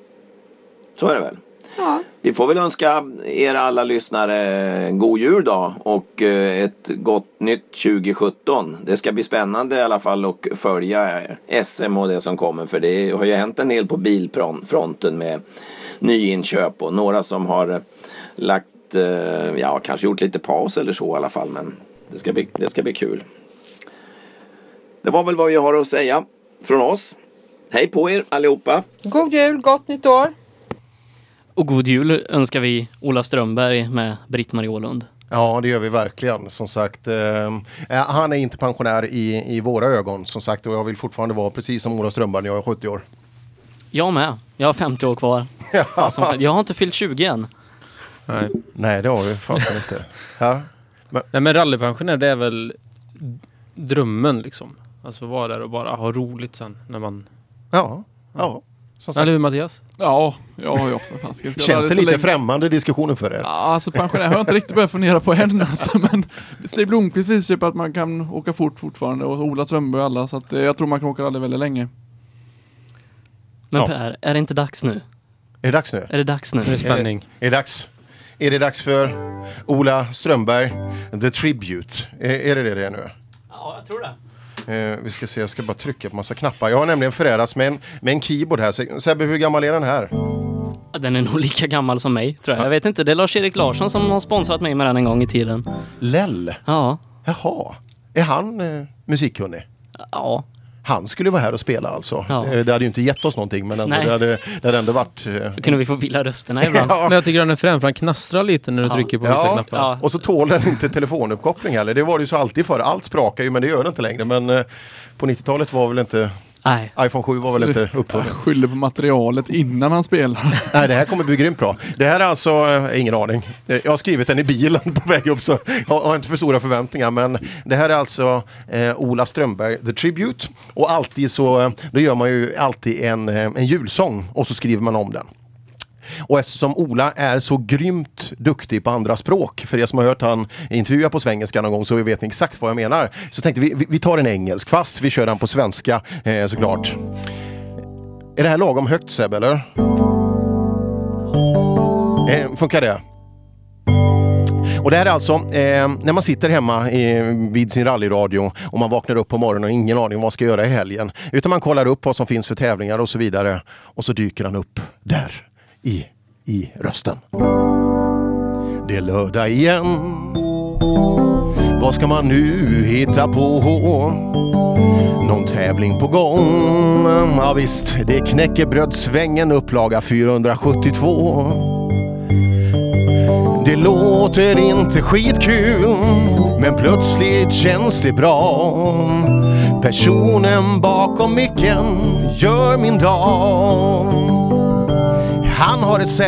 Så är det väl. Ja. Vi får väl önska er alla lyssnare god jul då och ett gott nytt 2017. Det ska bli spännande i alla fall att följa SM och det som kommer, för det har ju hänt en del på bilfronten med nyinköp och några som har lagt, kanske gjort lite paus eller så i alla fall, men det ska bli kul. Det var väl vad vi har att säga från oss. Hej på er allihopa. God jul, gott nytt år. Och god jul önskar vi Ola Strömberg med Britt-Marie Åhlund. Ja, det gör vi verkligen. Som sagt, han är inte pensionär i våra ögon. Som sagt, och jag vill fortfarande vara precis som Ola Strömberg när jag är 70 år. Jag med. Jag har 50 år kvar. Jag har inte fyllt 20 än. Nej, det har du fast inte. Ja. Men rallypensionär, det är väl drömmen liksom. Alltså vara där och bara ha roligt sen när man... Ja. Eller hur, Mattias? Ja. Känns det lite främmande diskussionen för er? Ja, alltså pensionär har jag inte riktigt börjat fundera på än. Alltså, men Stig Blomqvist visar på att man kan åka fort fortfarande och Ola Strömberg och alla. Så att, jag tror man kan åka rally väldigt länge. Men Per, är det inte dags nu? Är det dags nu? Är det dags nu? Det är spänning. Är det dags för Ola Strömberg The Tribute? Är det nu? Ja, jag tror det. Vi ska se, jag ska bara trycka på massa knappar. Jag har nämligen förärats med en keyboard här. Sebbe, hur gammal är den här? Den är nog lika gammal som mig, tror jag. Jag vet inte, det är Lars-Erik Larsson som har sponsrat mig med den en gång i tiden. Lell? Ja. Jaha. Är han musikkunnig? Ja. Han skulle vara här och spela alltså. Ja. Det hade ju inte gett oss någonting, men ändå, det hade ändå varit... Då kunde vi få villa rösterna ibland. Men jag tycker han är frän, för han knastrar lite när du trycker på vissa knappar. Ja. Och så tål den inte telefonuppkoppling heller. Det var det ju så alltid för. Allt sprakar ju, men det gör det inte längre. Men på 90-talet var väl inte... Nej. iPhone 7 var väl inte uppfunnen. Jag skyller på materialet innan han spelar. Nej, det här kommer bli grymt bra. Det här är alltså, ingen aning. Jag har skrivit den i bilen på väg upp, så jag har inte för stora förväntningar. Men det här är alltså Ola Strömberg The Tribute. Och alltid så, då gör man ju alltid en julsång och så skriver man om den. Och eftersom Ola är så grymt duktig på andra språk, för er som har hört han intervjua på svengelska någon gång så vet ni exakt vad jag menar, så tänkte vi tar en engelsk, fast vi kör den på svenska såklart. Är det här lagom högt, Seb, eller? Funkar det? Och det här är alltså när man sitter hemma vid sin rallyradio och man vaknar upp på morgonen och ingen aning vad man ska göra i helgen, utan man kollar upp vad som finns för tävlingar och så vidare, och så dyker han upp där i rösten. Det är lördag igen. Vad ska man nu hitta på? Någon tävling på gång. Ja visst, det är knäckebrödsvängen upplaga 472. Det låter inte skitkul, men plötsligt känns det bra. Personen bakom micken gör min dag. Han har ett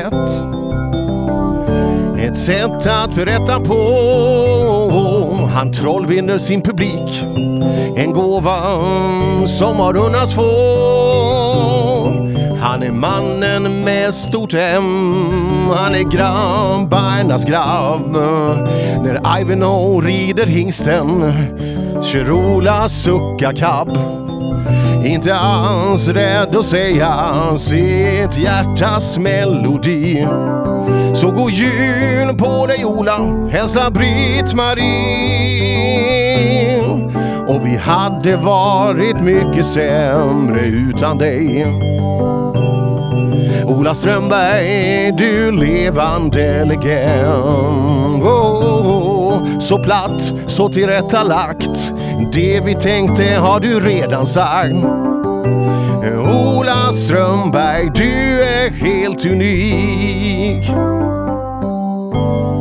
sätt att berätta på. Han trollbinder sin publik, en gåva som har unnats få. Han är mannen med stort M, han är grabbarnas grabb. När Ivanhoe rider hingsten, kör Ola Succa-cab. Inte alls rädd att säga sitt hjärtas melodi. Så god jul på dig, Ola, hälsa Britt-Marie. Och vi hade varit mycket sämre utan dig. Ola Strömberg, du levande legend. Så platt, så tillrättalagt. Det vi tänkte har du redan sagt. Ola Strömberg, du är helt unik.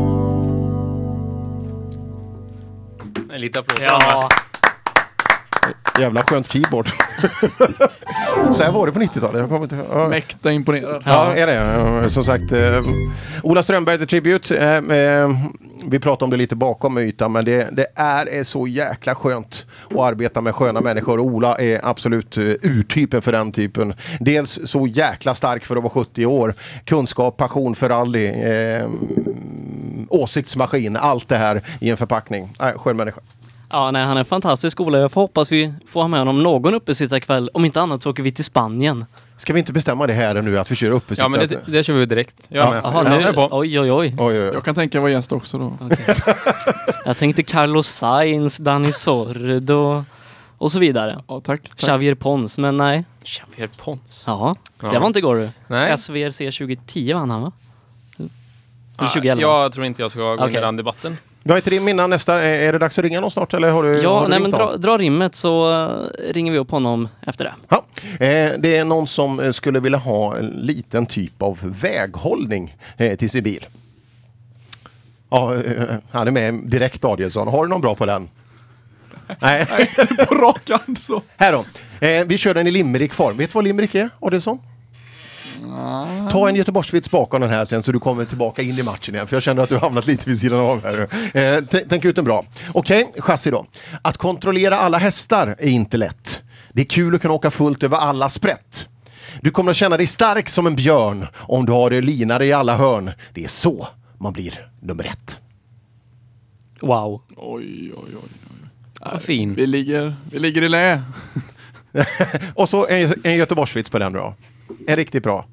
En liten applåd. Ja. Jävla skönt keyboard. Så här var det på 90-talet. Jag kommer inte... Mäkta imponerad. Ja, är det. Som sagt, Ola Strömberg, The Tribute. Vi pratade om det lite bakom ytan, men det är så jäkla skönt att arbeta med sköna människor. Ola är absolut urtypen för den typen. Dels så jäkla stark för att vara 70 år. Kunskap, passion för rally, åsiktsmaskin, allt det här i en förpackning. Skön människa. Ja, nej, han är fantastisk, Ola. Jag får hoppas vi får ha med honom någon uppesittarkväll. Om inte annat så åker vi till Spanien. Ska vi inte bestämma det här nu att vi kör uppesittar? Ja, men det kör vi direkt. Jag är med. Aha, Jag är på. Oj. Jag kan tänka vara gäst också då. Okay. Jag tänkte Carlos Sainz, Dani Sordo och så vidare. Ja, tack. Xavier Pons, men nej. Xavier Pons? Ja, det var inte igår du. Nej. SVRC 2010 vann han, va? Eller 2011? Jag tror inte jag ska gå in i den debatten. Du har ett rim innan nästa. Är det dags att ringa någon snart? Eller har du, ja, har du nej, men dra rimmet så ringer vi upp honom efter det. Ja, det är någon som skulle vilja ha en liten typ av väghållning till sin bil. Ja, han är med direkt, Adielsson. Har du någon bra på den? Nej, på rakan så. Här då. Vi kör den i limerick-form. Vet du vad limerick är, Adielsson? Ta en Göteborgsvits bakom den här sen så du kommer tillbaka in i matchen igen. För jag känner att du har hamnat lite vid sidan av här. Tänk ut en bra. Okej, chassi då. Att kontrollera alla hästar är inte lätt. Det är kul att kunna åka fullt över alla sprätt. Du kommer att känna dig stark som en björn om du har linare i alla hörn. Det är så man blir nummer 1. Wow. Oj. Vad fin. Vi ligger i lä. Och så en Göteborgsvits på den då. En riktigt bra.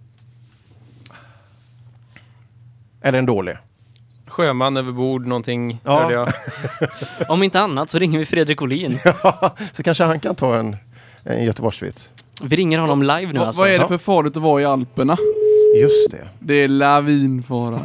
Eller en dålig. Sjöman över bord, någonting hörde jag. Om inte annat så ringer vi Fredrik Olin. Så kanske han kan ta en Göteborgsvits. Vi ringer honom live nu alltså. Vad är det för farligt att vara i Alperna? Just det. Det är lavinfara.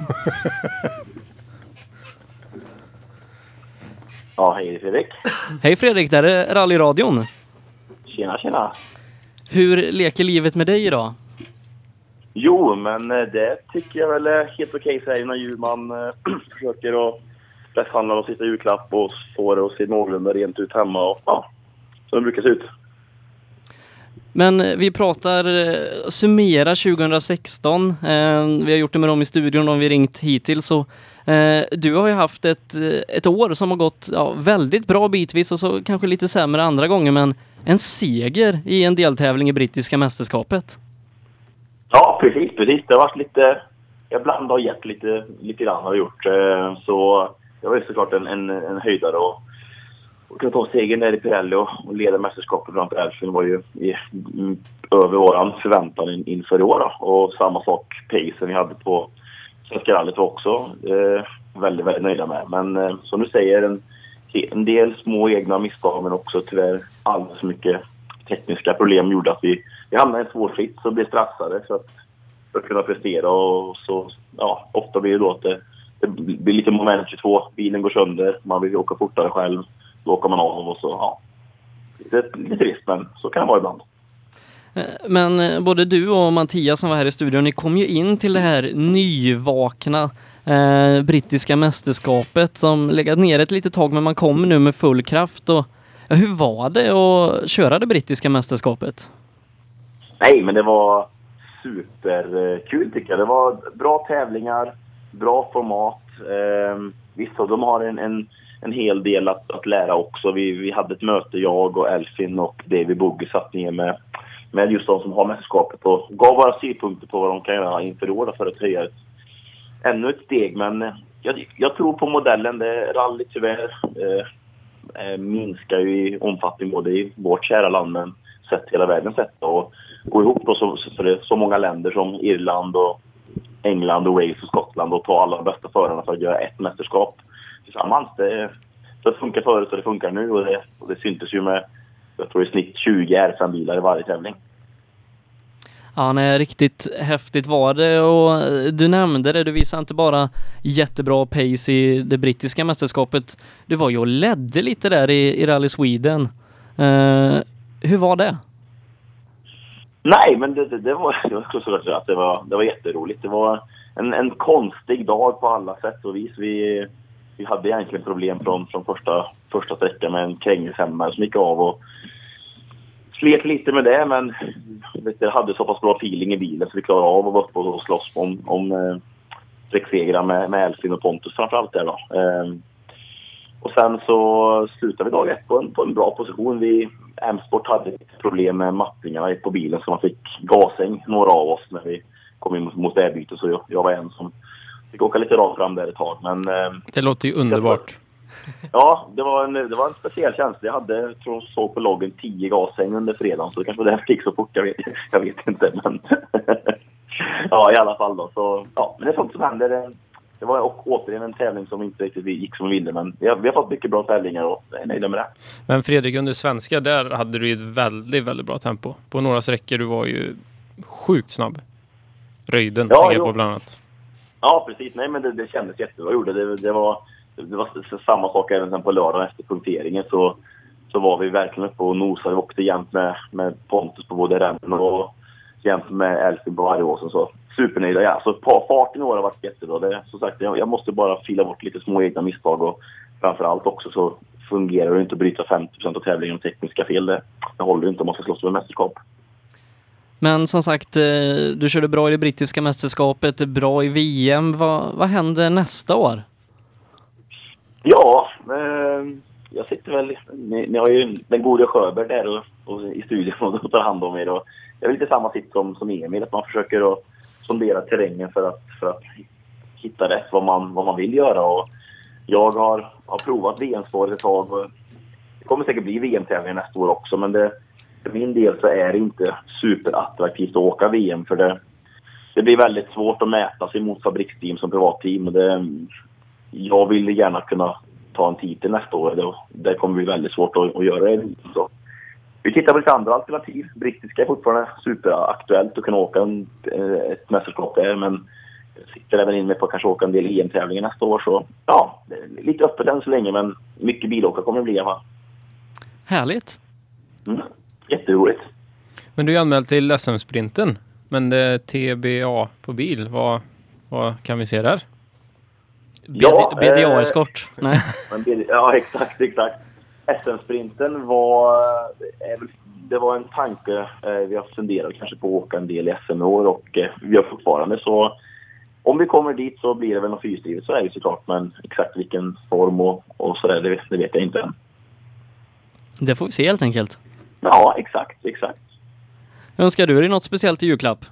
Ja, hej Fredrik. Hej Fredrik, där är rallyradion. Tjena. Hur leker livet med dig idag? Jo, men det tycker jag väl är helt okej så här när man försöker att presshandla och sitta julklapp och få det att se någorlunda rent ut hemma och ja, så det brukar se ut. Men vi pratar summera 2016. Vi har gjort det med dem i studion om vi ringt hittills. Så, du har ju haft ett år som har gått väldigt bra bitvis och så kanske lite sämre andra gånger. Men en seger i en deltävling i brittiska mästerskapet. Ja, precis. Det har varit lite... Ibland har gett lite grann har gjort. Så det var ju såklart en höjdare och kunna ta segern där i Pirelli och leda mästerskapet framför Elfin var ju över våran förväntan inför i år då. Och samma sak pacen vi hade på Svenska rallyt var också väldigt, väldigt nöjda med. Men som du säger, en del små egna misstag men också tyvärr alldeles för mycket tekniska problem gjorde att vi hamnade i en svår sits och blev stressade för att kunna prestera och så ofta blir det då att det blir lite moment 22, bilen går sönder, man vill åka fortare själv, då åker man av och så det är lite trist men så kan det vara ibland. Men både du och Mattias som var här i studion, ni kom ju in till det här nyvakna brittiska mästerskapet som legat ner ett litet tag men man kom nu med full kraft och hur var det att köra det brittiska mästerskapet? Nej, men det var superkul tycker jag. Det var bra tävlingar, bra format. Vissa de har en hel del att lära också. Vi hade ett möte, jag och Elfin och David Bugge satt ner med just de som har mästerskapet och gav våra synpunkter på vad de kan göra inför året för att höja ännu ett steg. Men jag tror på modellen. Det rally tyvärr minskar ju i omfattning både i vårt kära land men sett hela världen sett och gå ihop då så det är så många länder som Irland och England och Wales och Skottland och ta alla de bästa förarna för att göra ett mästerskap tillsammans. Det funkar förut och det funkar nu och det syntes ju med jag tror i snitt 20 R5-bilar i varje tävling. Ja, nej, riktigt häftigt var det och du nämnde det, du visade inte bara jättebra pace i det brittiska mästerskapet, du var ju och ledde lite där i Rally Sweden. Hur var det? Nej, men det var jätteroligt. Det var en konstig dag på alla sätt och vis. Vi hade egentligen problem från första sträckan med en krängningshämmare som gick av och slet lite med det, men jag hade så pass bra feeling i bilen så vi klarade av att vara uppe och slåss om segrar med Elfin och Pontus framförallt där då. Och sen så slutade vi dag 1 på en bra position. M-sport hade ett problem med mattningarna på bilen så man fick gasäng, några av oss, när vi kom in mot vägbyte, så jag var en som fick åka lite rakt fram där ett tag. Men, det låter ju underbart. Ja, det var en speciell känsla. Jag hade, tror jag, såg på loggen 10 gasäng under fredagen, så det kanske var det jag fick så fort, jag vet inte. Men ja, i alla fall då. Så, ja, men det är sånt som händer. Det var återigen en tävling som inte riktigt gick som vi ville, men vi har fått mycket bra tävlingar och jag är nöjd med det. Men Fredrik, under svenska där hade du ju ett väldigt, väldigt bra tempo. På några sträckor du var ju sjukt snabb. Röjden tänker jag på bland annat. Ja, precis. Nej, men det kändes jättebra. Det var samma sak även sen på lördagen efter punkteringen, så var vi verkligen uppe och nosade. Vi åkte jämt med Pontus på både rennen och jämt med Elfin på Vargåsen, så supernöjda. Ja, så farten i år har varit jättebra. Som sagt, jag måste bara fila bort lite små egna misstag, och framförallt också så fungerar det inte att bryta 50% av tävlingen och tekniska fel. Det håller inte om man ska slåss med mästerskap. Men som sagt, du körde bra i det brittiska mästerskapet, bra i VM. Vad händer nästa år? Ja, jag sitter väl... Ni har ju den gode Sjöberg där och i studion och tar hand om er. Och jag är lite samma sitt som Emil, att man försöker att sondera terrängen för att hitta rätt vad man vill göra. Och jag har provat VM-spåret ett tag. Och det kommer säkert bli VM-tävlingar nästa år också, men för min del så är det inte superattraktivt att åka VM, för det blir väldigt svårt att mäta sig mot fabriksteam som privatteam. Och jag vill gärna kunna ta en titel nästa år. Det kommer bli väldigt svårt att göra det. Så vi tittar på lite andra alternativ. Brittiska är fortfarande superaktuellt att kunna åka ett mästerskap där, men jag sitter även in med på att kanske åka en del EM-tävlingar nästa år. Så ja, det är lite öppet än så länge, men mycket bilåka kommer det bli. Va? Härligt. Jätteroligt. Men du är anmäld till SM-sprinten, men det är TBA på bil. Vad kan vi se där? BDA-eskort? Nej. Ja, exakt. SM-sprinten det var en tanke. Vi har funderat kanske på att åka en del i SM år, och vi har fortfarande, så om vi kommer dit så blir det väl något fyrstrivet, så är det såklart, men exakt vilken form och sådär, det vet jag inte än. Det får vi se helt enkelt. Ja, exakt. Önskar du dig något speciellt i julklapp?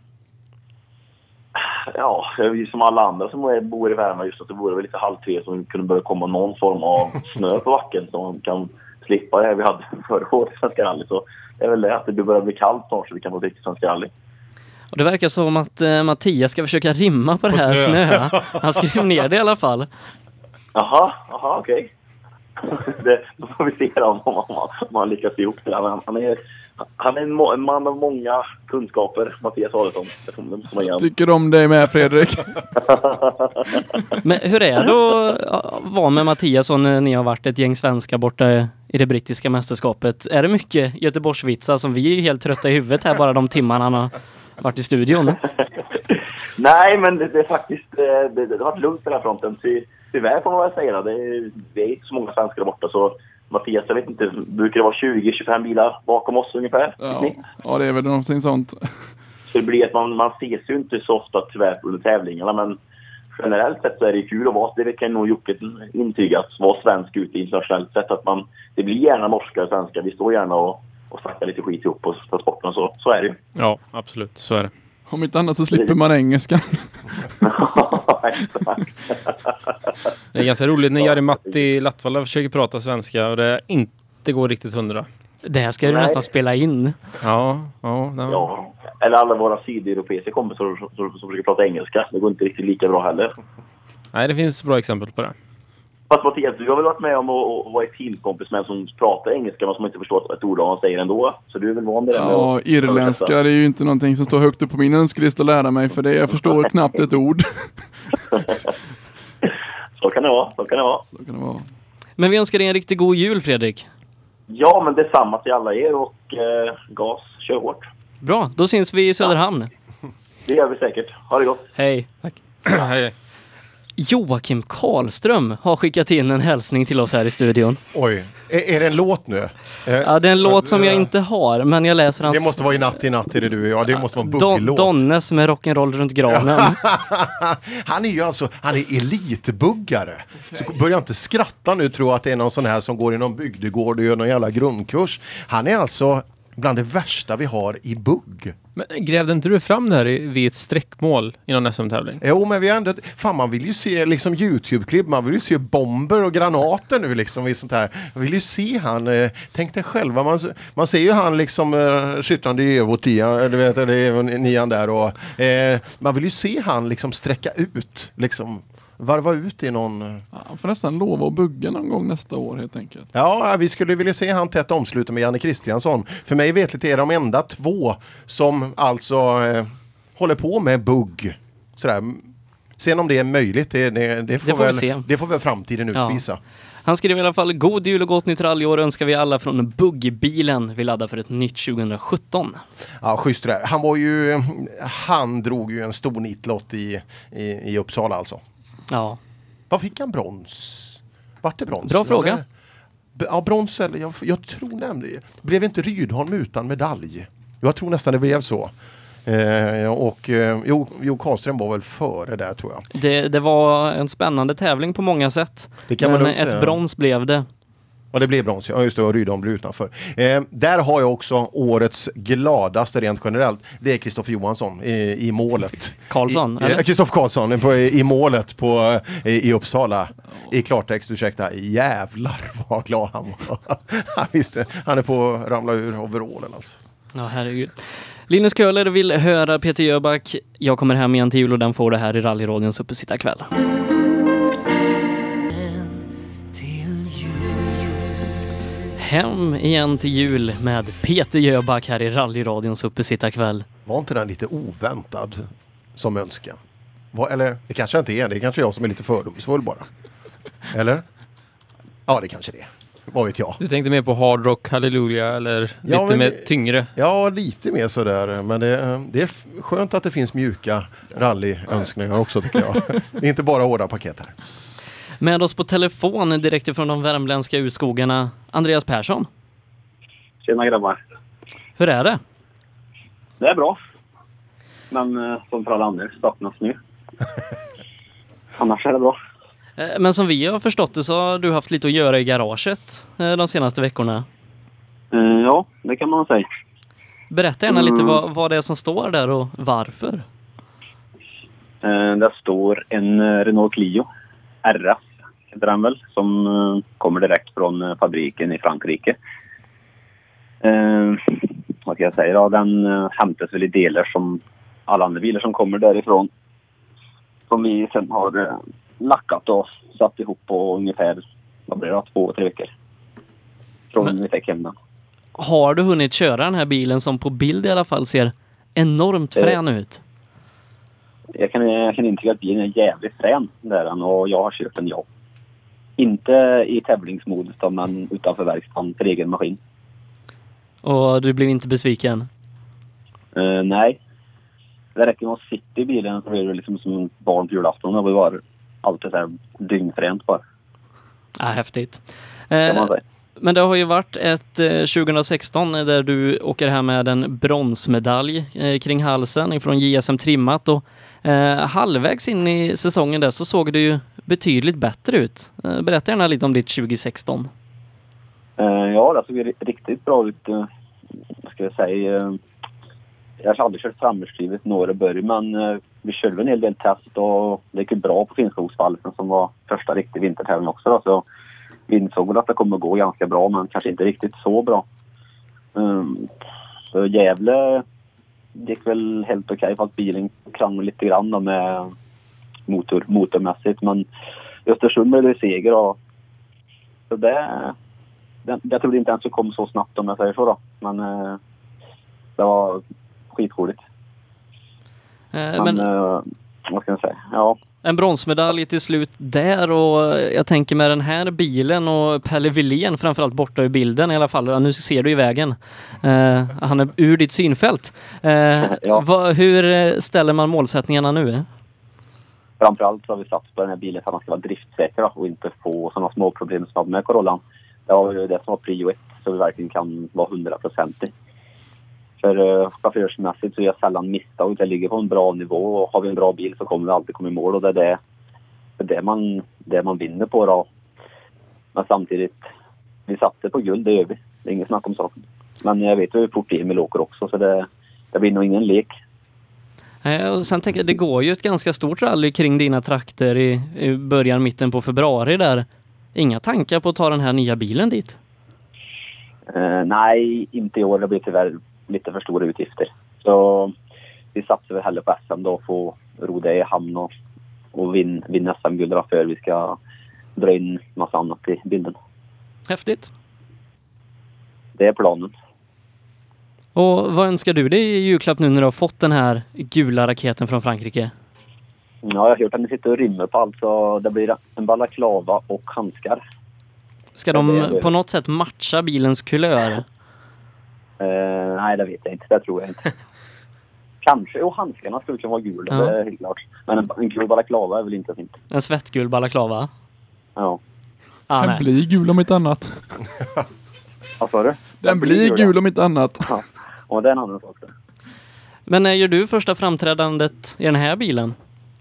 Ja, som alla andra som bor i Värmland, just att det vore väl lite 2:30 som kunde börja komma någon form av snö på backen som man kan slippa det vi hade förra året i Svenska rally. Så det är väl det att det börjar bli kallt snart så vi kan få riktigt Svenska rally. Och det verkar som att Mattias ska försöka rimma på det här snö. Han skrev ner det i alla fall. Jaha, okej. Då får vi se om man lyckas ihop det. Han är en man av många kunskaper, Mattias Adelsson. Tycker om dig med, Fredrik. Men hur är det att vara med Mattias och när ni har varit ett gäng svenskar borta i det brittiska mästerskapet? Är det mycket Göteborgsvitsar som vi är helt trötta i huvudet här bara de timmarna han har varit i studion? Nej, men det är faktiskt det har varit lugnt på den här fronten. Tyvärr får man väl säga det är inte så många svenskar borta, så Mattias, jag vet inte, brukar det vara 20-25 bilar bakom oss ungefär? Ja, det är väl någonting sånt. Så det blir att man ses ju inte så ofta tyvärr under tävlingarna, men generellt sett så är det kul att vara, det kan nog Jocke intyga, att vara svensk ute internationellt sett, att det blir gärna norska och svenska, vi står gärna och snackar lite skit ihop på transporten, så är det ju. Ja, absolut, så är det. Om inte annat så slipper man engelska. Det är ganska roligt när Jari-Matti Latvala försöker prata svenska och det inte går riktigt 100. Det här ska du nästan spela in. Ja. Eller alla våra sydeuropeiska kompisar som försöker prata engelska. Det går inte riktigt lika bra heller. Nej, det finns bra exempel på det. Fast Mattias, du har väl varit med om att vara ett teamkompis med som pratar engelska men som inte förstår ett ord av han säger ändå. Så du är väl van vid det? Ja, irländska är ju inte någonting som står högt upp på min önskelista att lära mig, för det jag förstår knappt ett ord. Så kan det vara. Men vi önskar dig en riktigt god jul, Fredrik. Ja, men det är samma till alla er och gas, kör hårt. Bra, då syns vi i Söderhamn. Det gör vi säkert. Ha det gott. Hej. Tack. Hej. Joakim Karlström har skickat in en hälsning till oss här i studion. Oj, är det en låt nu? Ja, det är en låt som jag inte har, men jag läser hans... Det måste vara i natt är det du. Ja, det måste vara en bugglåt. Donnes med rock'n'roll runt granen. Han är elitbuggare. Så börja inte skratta nu, tro att det är någon sån här som går i någon bygdegård och gör någon jävla grundkurs. Han är alltså bland det värsta vi har i bugg. Men grävde inte du fram det här vid ett streckmål i någon SM-tävling? Jo, men vi har ändå... Fan, man vill ju se liksom YouTube-klipp. Man vill ju se bomber och granater nu liksom i sånt här. Man vill ju se han... tänk dig själva. Man ser ju han liksom skyttande i Evo 10. Du vet, eller Evo 9 där. Och, man vill ju se han liksom sträcka ut. Liksom varva ut i någon... Ja, får nästan lova att bugga någon gång nästa år helt enkelt. Ja, vi skulle vilja se han tätt omsluta med Janne Kristiansson. För mig vetligt är de enda 2 som alltså håller på med bugg. Sådär. Sen om det är möjligt, det får väl framtiden utvisa. Ja. Han skrev i alla fall: god jul och gott nytt rallyår önskar vi alla från buggbilen. Vi laddar för ett nytt 2017. Ja, schysst det där. Han drog ju en stor nitlott i Uppsala alltså. Ja. Vad fick han brons? Vart det brons? Bra fråga. Ja, brons eller jag tror nämligen. Blev inte Rydholm utan medalj? Jag tror nästan det blev så. Jo, Karlström var väl före där, tror jag. Det var en spännande tävling på många sätt. Det kan man ett brons blev det. Ja, det blev brons. Ja, just det. Och Rydholm blev utanför. Där har jag också årets gladaste rent generellt. Det är Kristoffer Johansson i målet. Karlsson? Kristoffer Karlsson i målet i Uppsala. I klartext, ursäkta. Jävlar vad glad han var. Han är på att ramla ur overallen alltså. Ja, herregud. Linus Köhler vill höra Peter Jöback. Jag kommer hem igen till jul och den får det här i rallyradions uppesittarkväll. Hem igen till jul med Peter Jöback här i rallyradions uppesittarkväll. Var inte den lite oväntad som önskan? Eller det kanske inte är. Det är kanske jag som är lite fördomsfull bara. Eller? Ja, det kanske det är. Vad vet jag? Du tänkte mer på hard rock, halleluja eller lite mer tyngre? Ja, lite mer sådär. Men det är skönt att det finns mjuka rallyönskningar också, tycker jag. Inte bara hårda paket här. Med oss på telefon direkt från de värmländska urskogarna, Andreas Persson. Tjena grabbar. Hur är det? Det är bra. Men som för alla andra saknas nu. Annars är det bra. Men som vi har förstått det så har du haft lite att göra i garaget de senaste veckorna. Ja, det kan man säga. Berätta gärna lite vad det är som står där och varför. Det står en Renault Clio RS heter den väl, som kommer direkt från fabriken i Frankrike. Vad ska jag säga då? Den hämtas väl i delar som alla andra bilar som kommer därifrån. Som vi sen har lackat och satt ihop på ungefär 2-3 veckor. Från vi fick hem den. Har du hunnit köra den här bilen som på bild i alla fall ser enormt frän ut? Jag kan intyga att bilen är jävligt frän där, och jag har kört den, ja. Inte i tävlingsmodus då, men utanför verkstaden för egen maskin. Och du blev inte besviken? Nej. Det räcker med att sitta i bilen så blir det liksom som en barn på julafton. Det var alltid så här dygnfränt bara. Ja, häftigt. Men det har ju varit ett 2016 där du åker här med en bronsmedalj kring halsen från JSM Trimmat, och halvvägs in i säsongen där så såg det ju betydligt bättre ut. Berätta gärna lite om ditt 2016. Ja, det såg riktigt bra ut. Ska jag säga. Jag har aldrig kört framhjulsdrivet några början, men vi körde en hel del test och det gick bra på Finnskogsvalsen som var första riktig vintertävling också då, så vi insåg väl att det kommer gå ganska bra, men kanske inte riktigt så bra. Så Gävle gick väl helt okej, fast bilen kranglade lite grann då med motormässigt, men Östersund blev det seger och så jag tror inte ens det kom så snabbt om jag säger så då, men det var skitcooligt. Men vad ska jag säga? Ja. En bronsmedalj till slut där, och jag tänker med den här bilen och Pelle Wilén framförallt borta i bilden i alla fall. Nu ser du i vägen. Han är ur ditt synfält. Ja. Hur ställer man målsättningarna nu? framförallt så har vi satt på den här bilen för att man ska vara driftsäker då, och inte få sådana små problem som med Corollan. Det var ju det som var prio 1, så vi verkligen kan vara 100%. För chaufförsmässigt så är jag sällan misstag. Jag ligger på en bra nivå, och har vi en bra bil så kommer vi alltid komma i mål, och det är det man vinner på då. Men samtidigt, vi satte på guld, det gör vi. Det är inget snack om saken. Men jag vet ju hur fort Emil åker också, så det blir nog ingen lek. Och sen tänker jag, det går ju ett ganska stort rally kring dina trakter i början, mitten på februari där. Inga tankar på att ta den här nya bilen dit? Nej, inte i år. Det blir tyvärr lite för stora utgifter. Så vi satsar väl hellre på SM då, få ro det i hamn och vinna SM-guld för vi ska dra in massa annat i bilden. Häftigt. Det är planen. Och vad önskar du dig i julklapp nu när du har fått den här gula raketen från Frankrike? Ja, jag har hört att ni sitter och rymmer på allt, så det blir en balaklava och handskar. Ska de på något sätt matcha bilens kulör? Nej, det vet jag inte. Det tror jag inte. Kanske, och handskarna skulle kunna vara gula, det är helt klart. Men en gul balaklava är väl inte fint. En svettgul balaklava? Ja. Den blir gul om inte annat. Vad sa du? Den blir gul om inte annat. Ja, och det är en annan sak. Men när gör du första framträdandet i den här bilen?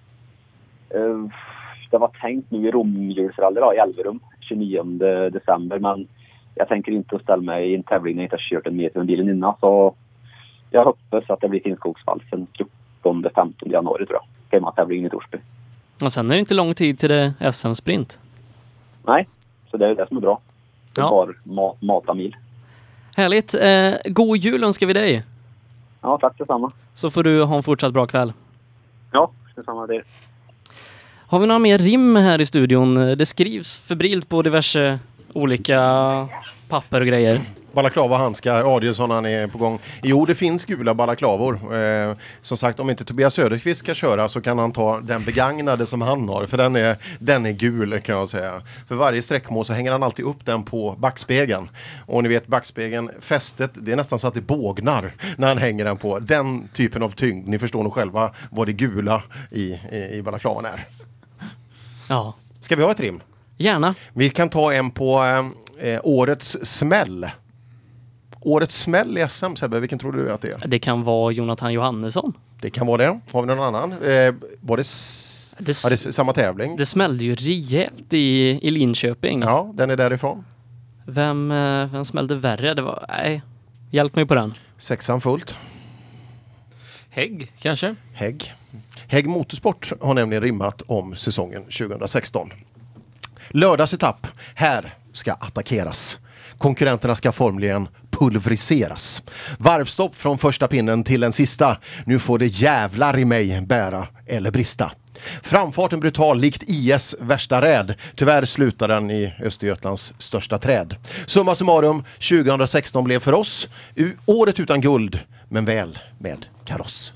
Det var tänkt nu i Romjulsrally då, i Elverum 29 december, men jag tänker inte att ställa mig i en tävling när jag inte har kört en meter med bilen innan, så jag hoppas att det blir Finnskogsvalsen 14-15 januari tror jag. Hemmatävlingen i Torsby. Och sen är det inte lång tid till det SM-sprint. Nej, så det är det som är bra. Det är bara mata mil. Härligt. God jul önskar vi dig. Ja, tack detsamma. Så får du ha en fortsatt bra kväll. Ja, detsamma det. Har vi några mer rim här i studion? Det skrivs febrilt på diverse olika papper och grejer. Balaklava, handskar, Adielsson han är på gång. Jo, det finns gula balaklavor. Som sagt, om inte Tobias Söderqvist ska köra så kan han ta den begagnade som han har. För den är gul kan jag säga. För varje sträckmål så hänger han alltid upp den på backspegeln. Och ni vet, backspegeln, fästet, det är nästan så att det bågnar när han hänger den på. Den typen av tyngd. Ni förstår nog själva vad det gula i balaklavan är. Ja. Ska vi ha ett rim? Gärna. Vi kan ta en på årets smäll. Årets smäll i SM, Sebbe, vilken tror du att det är? Det kan vara Jonathan Johannesson. Det kan vara det. Har vi någon annan? Var det det är samma tävling? Det smällde ju rejält i Linköping. Ja, den är därifrån. Vem smällde värre? Det var... Nej, hjälp mig på den. 6an fullt. Hägg, kanske? Hägg Motorsport har nämligen rimmat om säsongen 2016. Lördagsetapp. Här ska attackeras. Konkurrenterna ska formligen pulveriseras. Varvstopp från första pinnen till den sista. Nu får det jävlar i mig bära eller brista. Framfarten brutal likt IS värsta räd. Tyvärr slutar den i Östergötlands största träd. Summa summarum, 2016 blev för oss året utan guld, men väl med kaross.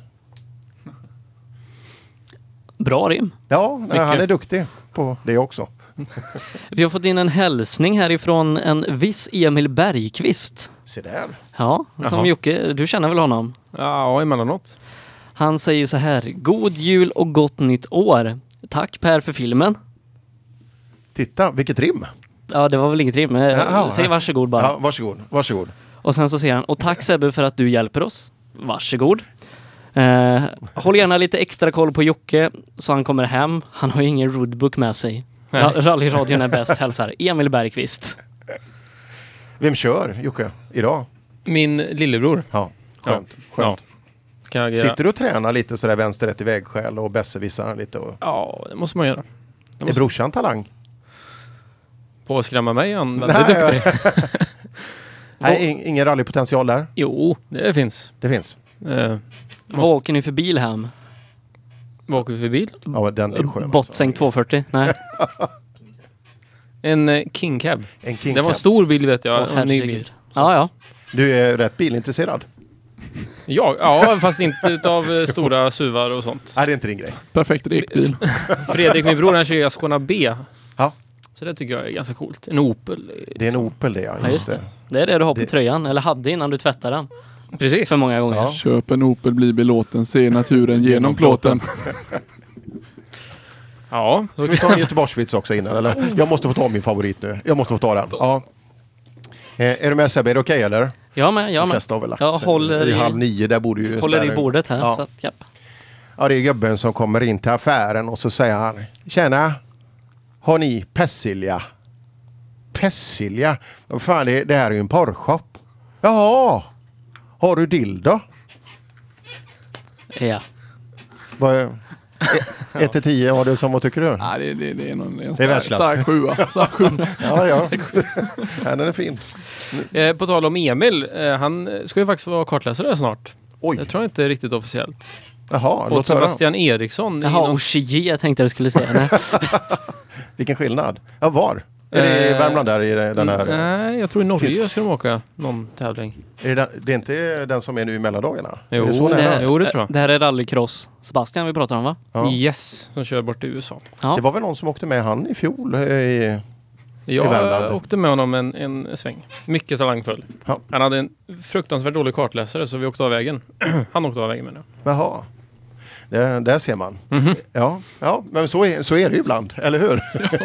Bra rim. Ja, han är duktig på det också. Vi har fått in en hälsning härifrån en viss Emil Bergqvist. Se där. Ja, som Jocke, du känner väl honom? Ja, emellanåt. Han säger så här: God jul och gott nytt år. Tack Per för filmen. Titta, vilket rim. Ja, det var väl inget rim. Säg varsågod bara. Ja, varsågod. Och sen så säger han: och tack Sebbe för att du hjälper oss. Varsågod. Håll gärna lite extra koll på Jocke så han kommer hem. Han har ju ingen roadbook med sig. Rallyradion är bäst, hälsar Emil Bergqvist. Vem kör Jocke idag? Min lillebror. Ja, skönt. Ja. Sitter du och tränar lite sådär vänster rätt i vägskäl och bässervissar lite? Och... Ja, det måste man göra. Är brorsan talang? På att skrämma mig, han är väldigt duktig. Nej, ingen rallypotential där? Jo, det finns. Det finns. Vad åker ni för bil hem? Vad åker vi för bil? Ja, den är skön. Botsänk 240? Nej. En King Cab. Det var en stor bil vet jag. En ny bil. Ja. Du är rätt bilintresserad? Ja, fast inte utav stora suvar och sånt. Nej, det är inte din grej. Perfekt rekbil. Fredrik, min bror, han kör Ascona B. Ja. Så det tycker jag är ganska coolt. En Opel. Det är en Opel det, ja. Just det. Det är det du har på tröjan, eller hade innan du tvättade den. Precis. För många gånger. Ja. Köp en Opel, bli belåten, se naturen genom plåten. Ja. Ska vi ta en Göteborgsvits också innan? Eller? Jag måste få ta min favorit nu. Jag måste få ta den. Ja. Är du med Sebbe? Är det okej eller? Jag med. De flesta har väl lagt jag sig. håller Det är 8:30, där borde ju... håller i bordet här. Ja. Så att, japp. Ja, det är gubben som kommer in till affären och så säger han: tjena, har ni persilja? Persilja? Vad fan, det här är ju en porrshop. Jaha, har du dildo? Ja. Vad är 1-10, vad vad tycker du? Ja, det är en Det är världsklass. stark sjua. Ja. Den är fin. På tal om Emil, han ska ju faktiskt vara kartläsare snart. Oj. Jag tror inte riktigt officiellt. Jaha, Och låt höra. Sebastian Eriksson. Jaha, Oshie, jag tänkte jag skulle säga. Nej. Vilken skillnad. Ja, var? Är det i Värmland där i den här? Nej, jag tror i Norge ska de åka någon tävling. Är det är inte den som är nu i mellandagarna? Jo, är det så nära? jo, det tror jag. Det här är rallycross Sebastian vi pratar om, va? Ja. Yes, som kör bort till USA. Ja. Det var väl någon som åkte med han i fjol i Värmland. Jag åkte med honom en sväng. Mycket talangfull. Ja. Han hade en fruktansvärt dålig kartläsare så vi åkte av vägen. Han åkte av vägen med det. Jaha. Där ser man. Mhm. Ja, men så är det ju ibland, eller hur?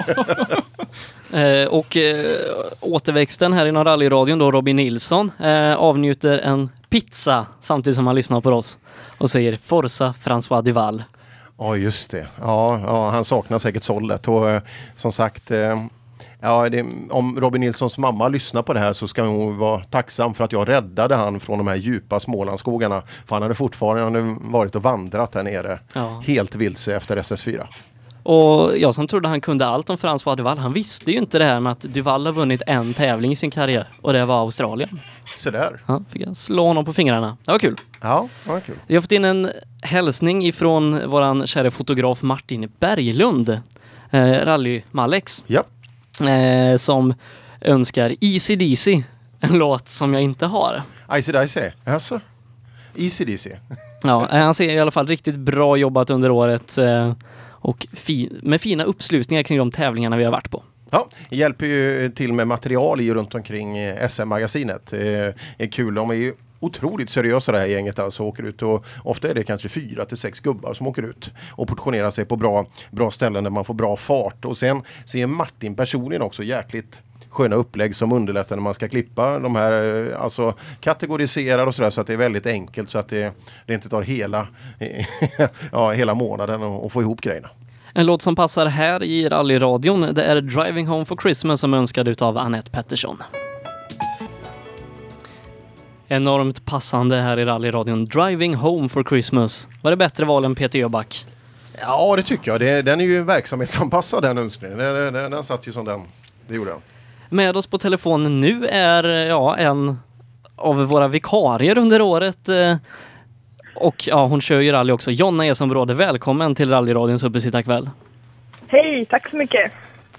Återväxten här inom rallyradion då, Robin Nilsson, avnjuter en pizza samtidigt som han lyssnar på oss och säger Forza François Duval. Ja, just det. Ja, han saknar säkert sållet och som sagt... om Robin Nilssons mamma lyssnar på det här så ska hon vara tacksam för att jag räddade han från de här djupa Smålandsskogarna. För han hade fortfarande varit och vandrat där nere. Ja. Helt vilse efter SS4. Och jag som trodde han kunde allt om François Duval, han visste ju inte det här med att Duval har vunnit en tävling i sin karriär. Och det var Australien. Så där. Ja, fick jag slå honom på fingrarna. Det var kul. Ja, det var kul. Jag har fått in en hälsning ifrån våran kära fotograf Martin Berglund. Rally-Malex. Ja. Som önskar Easy DC, en låt som jag inte har. Icy Dicey, alltså. Easy DC. Ja, han ser i alla fall riktigt bra jobbat under året och med fina uppslutningar kring de tävlingarna vi har varit på. Ja, det hjälper ju till med material runt omkring SM-magasinet. Det är kul, de är ju otroligt seriösa det här gänget alltså, åker ut och ofta är det kanske 4-6 gubbar som åker ut och portionerar sig på bra ställen där man får bra fart. Och sen ser Martin personligen också jäkligt sköna upplägg som underlättar när man ska klippa de här, alltså kategoriserar och sådär så att det är väldigt enkelt så att det inte tar hela månaden att få ihop grejerna. En låt som passar här i rallyradion, det är Driving Home for Christmas som önskad utav Annette Pettersson. Enormt passande här i rallyradion. Driving Home for Christmas. Var det bättre val än Peter Jöback? Ja, det tycker jag. Den är ju verksamhetsanpassad, den önskningen. Den satt ju som den. Det gjorde den. Med oss på telefonen nu är en av våra vikarier under året. Och hon kör ju rally också. Jonna Esområde, välkommen till rallyradions uppesittarkväll. Hej, tack så mycket.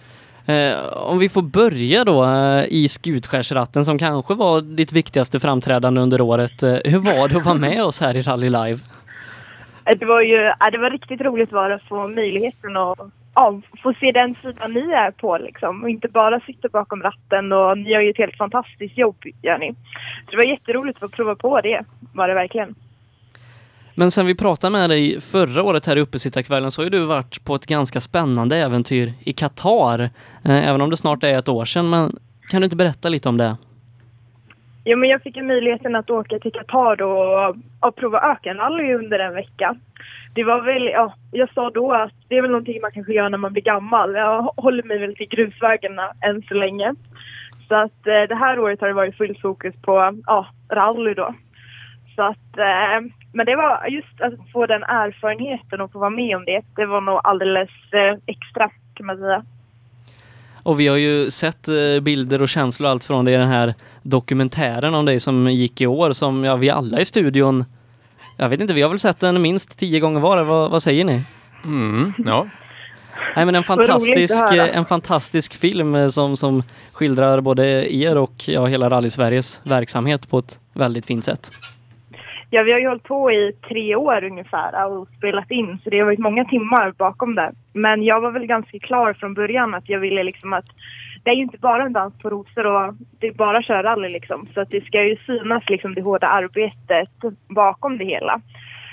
Om vi får börja då i Skutskärsratten som kanske var ditt viktigaste framträdande under året. Hur var det att vara med oss här i Rally Live? Det var riktigt roligt att få möjligheten att få se den sidan ni är på liksom. Och inte bara sitta bakom ratten och ni gör ju ett helt fantastiskt jobb, gör ni. Så det var jätteroligt att få prova på det, var det verkligen. Men sen vi pratade med dig förra året här i uppesittarkvällen så har ju du varit på ett ganska spännande äventyr i Qatar. Även om det snart är ett år sedan, men kan du inte berätta lite om det? Ja, men jag fick ju möjligheten att åka till Qatar och prova ökenrally under en vecka. Det var väl, jag sa då att det är väl någonting man kanske gör när man blir gammal. Jag håller mig väl till grusvägarna än så länge. Så att det här året har det varit fullt fokus på rally då. Så att, men det var just att få den erfarenheten och få vara med om det. Det var nog alldeles extra kan man säga. Och vi har ju sett bilder och känslor och allt från det i den här dokumentären om dig som gick i år som vi alla i studion, jag vet inte, vi har väl sett den minst 10 gånger var. Vad säger ni? Ja. Nej, men en fantastisk film som skildrar både er och hela Rally Sveriges verksamhet på ett väldigt fint sätt. Ja, vi har ju hållit på i 3 år ungefär och spelat in, så det har varit många timmar bakom det. Men jag var väl ganska klar från början att jag ville liksom att det är ju inte bara en dans på rosor och det är bara köra rally liksom. Så att det ska ju synas liksom det hårda arbetet bakom det hela.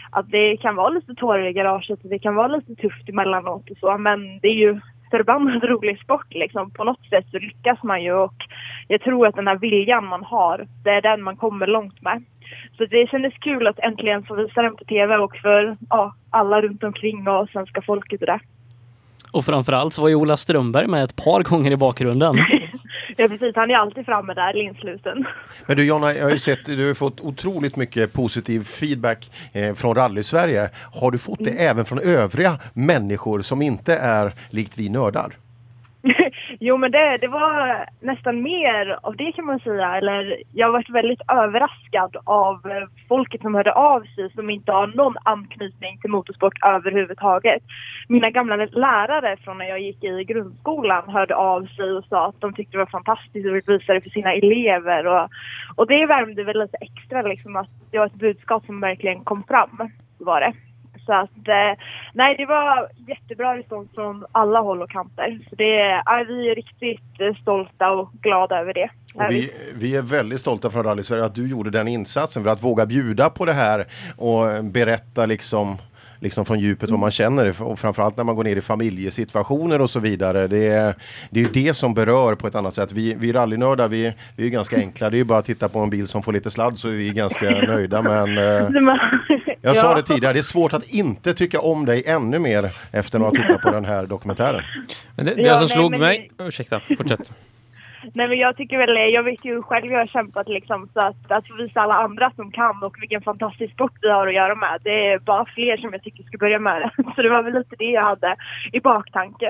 att det kan vara lite tårar i garaget och det kan vara lite tufft emellanåt och så, men det är ju förbannat rolig sport liksom. På något sätt så lyckas man ju, och jag tror att den här viljan man har, det är den man kommer långt med. Så det kändes kul att äntligen få visa den på tv och för alla runt omkring och svenska folket och det. Och framförallt så var ju Ola Strömberg med ett par gånger i bakgrunden. Ja precis, han är alltid framme där, linsluten. Men du Jonna, jag har ju sett, du har fått otroligt mycket positiv feedback från Rally-Sverige. Har du fått det även från övriga människor som inte är likt vi nördar? Jo, men det var nästan mer av det kan man säga. Eller jag har varit väldigt överraskad av folket som hörde av sig som inte har någon anknytning till motorsport överhuvudtaget. Mina gamla lärare från när jag gick i grundskolan hörde av sig och sa att de tyckte det var fantastiskt och ville visa det för sina elever. Och det värmde väl lite extra liksom, att det var ett budskap som verkligen kom fram, var det. Så att, nej, det var jättebra respons från alla håll och kanter. Så vi är riktigt stolta och glada över det. Och vi är väldigt stolta från Rally Sverige att du gjorde den insatsen för att våga bjuda på det här och berätta liksom från djupet vad man känner, och framförallt när man går ner i familjesituationer och så vidare. Det är ju det som berör på ett annat sätt. Vi rallynördar, vi är ju ganska enkla. Det är ju bara att titta på en bil som får lite sladd så är vi ganska nöjda. Men jag sa det tidigare, det är svårt att inte tycka om dig ännu mer efter att ha tittat på den här dokumentären. Men det som slog mig... Ursäkta, fortsätt. Nej, men jag tycker väl, jag vet ju själv, jag har kämpat liksom, så att få visa alla andra som kan och vilken fantastisk sport vi har att göra med. Det är bara fler som jag tycker ska börja med det. Så det var väl lite det jag hade i baktanke.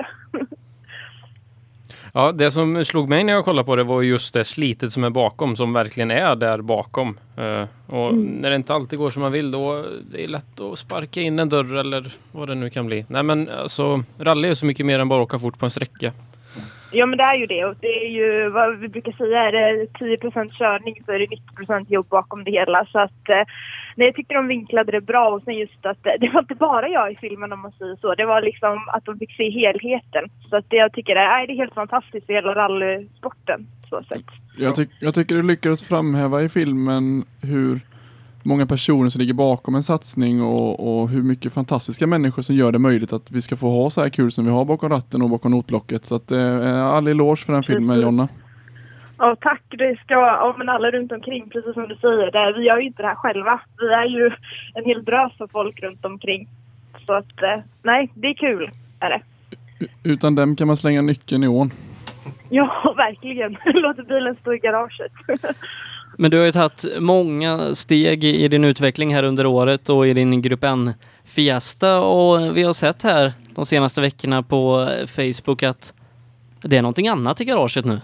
Ja, det som slog mig när jag kollade på det var just det slitet som är bakom, som verkligen är där bakom. Och när det inte alltid går som man vill, då det är lätt att sparka in en dörr eller vad det nu kan bli. Nej, men alltså, rally är så mycket mer än bara åka fort på en sträcka. Ja, men det är ju det, och det är ju vad vi brukar säga, är det 10% körning så är det 90% jobb bakom det hela. Så att jag tyckte de vinklade det bra, och sen just att det var inte bara jag i filmen om man säger så. Det var liksom att de fick se helheten. Så att jag tycker det är helt fantastiskt för hela rallysporten så sätt. Jag tycker du lyckades framhäva i filmen hur många personer som ligger bakom en satsning och hur mycket fantastiska människor som gör det möjligt att vi ska få ha så här kul som vi har bakom ratten och bakom notblocket. Så att all eloge för den filmen, Jonna. Ja, tack. Det ska vara men alla runt omkring, precis som du säger. Vi gör ju inte det här själva. Vi är ju en hel drös av folk runt omkring. Så att, nej, det är kul, är det. Utan dem kan man slänga nyckeln i ån. Ja, verkligen. Låter bilen stå i garaget. Men du har ju tagit många steg i din utveckling här under året och i din Grupp N-fiesta, och vi har sett här de senaste veckorna på Facebook att det är någonting annat i garaget nu.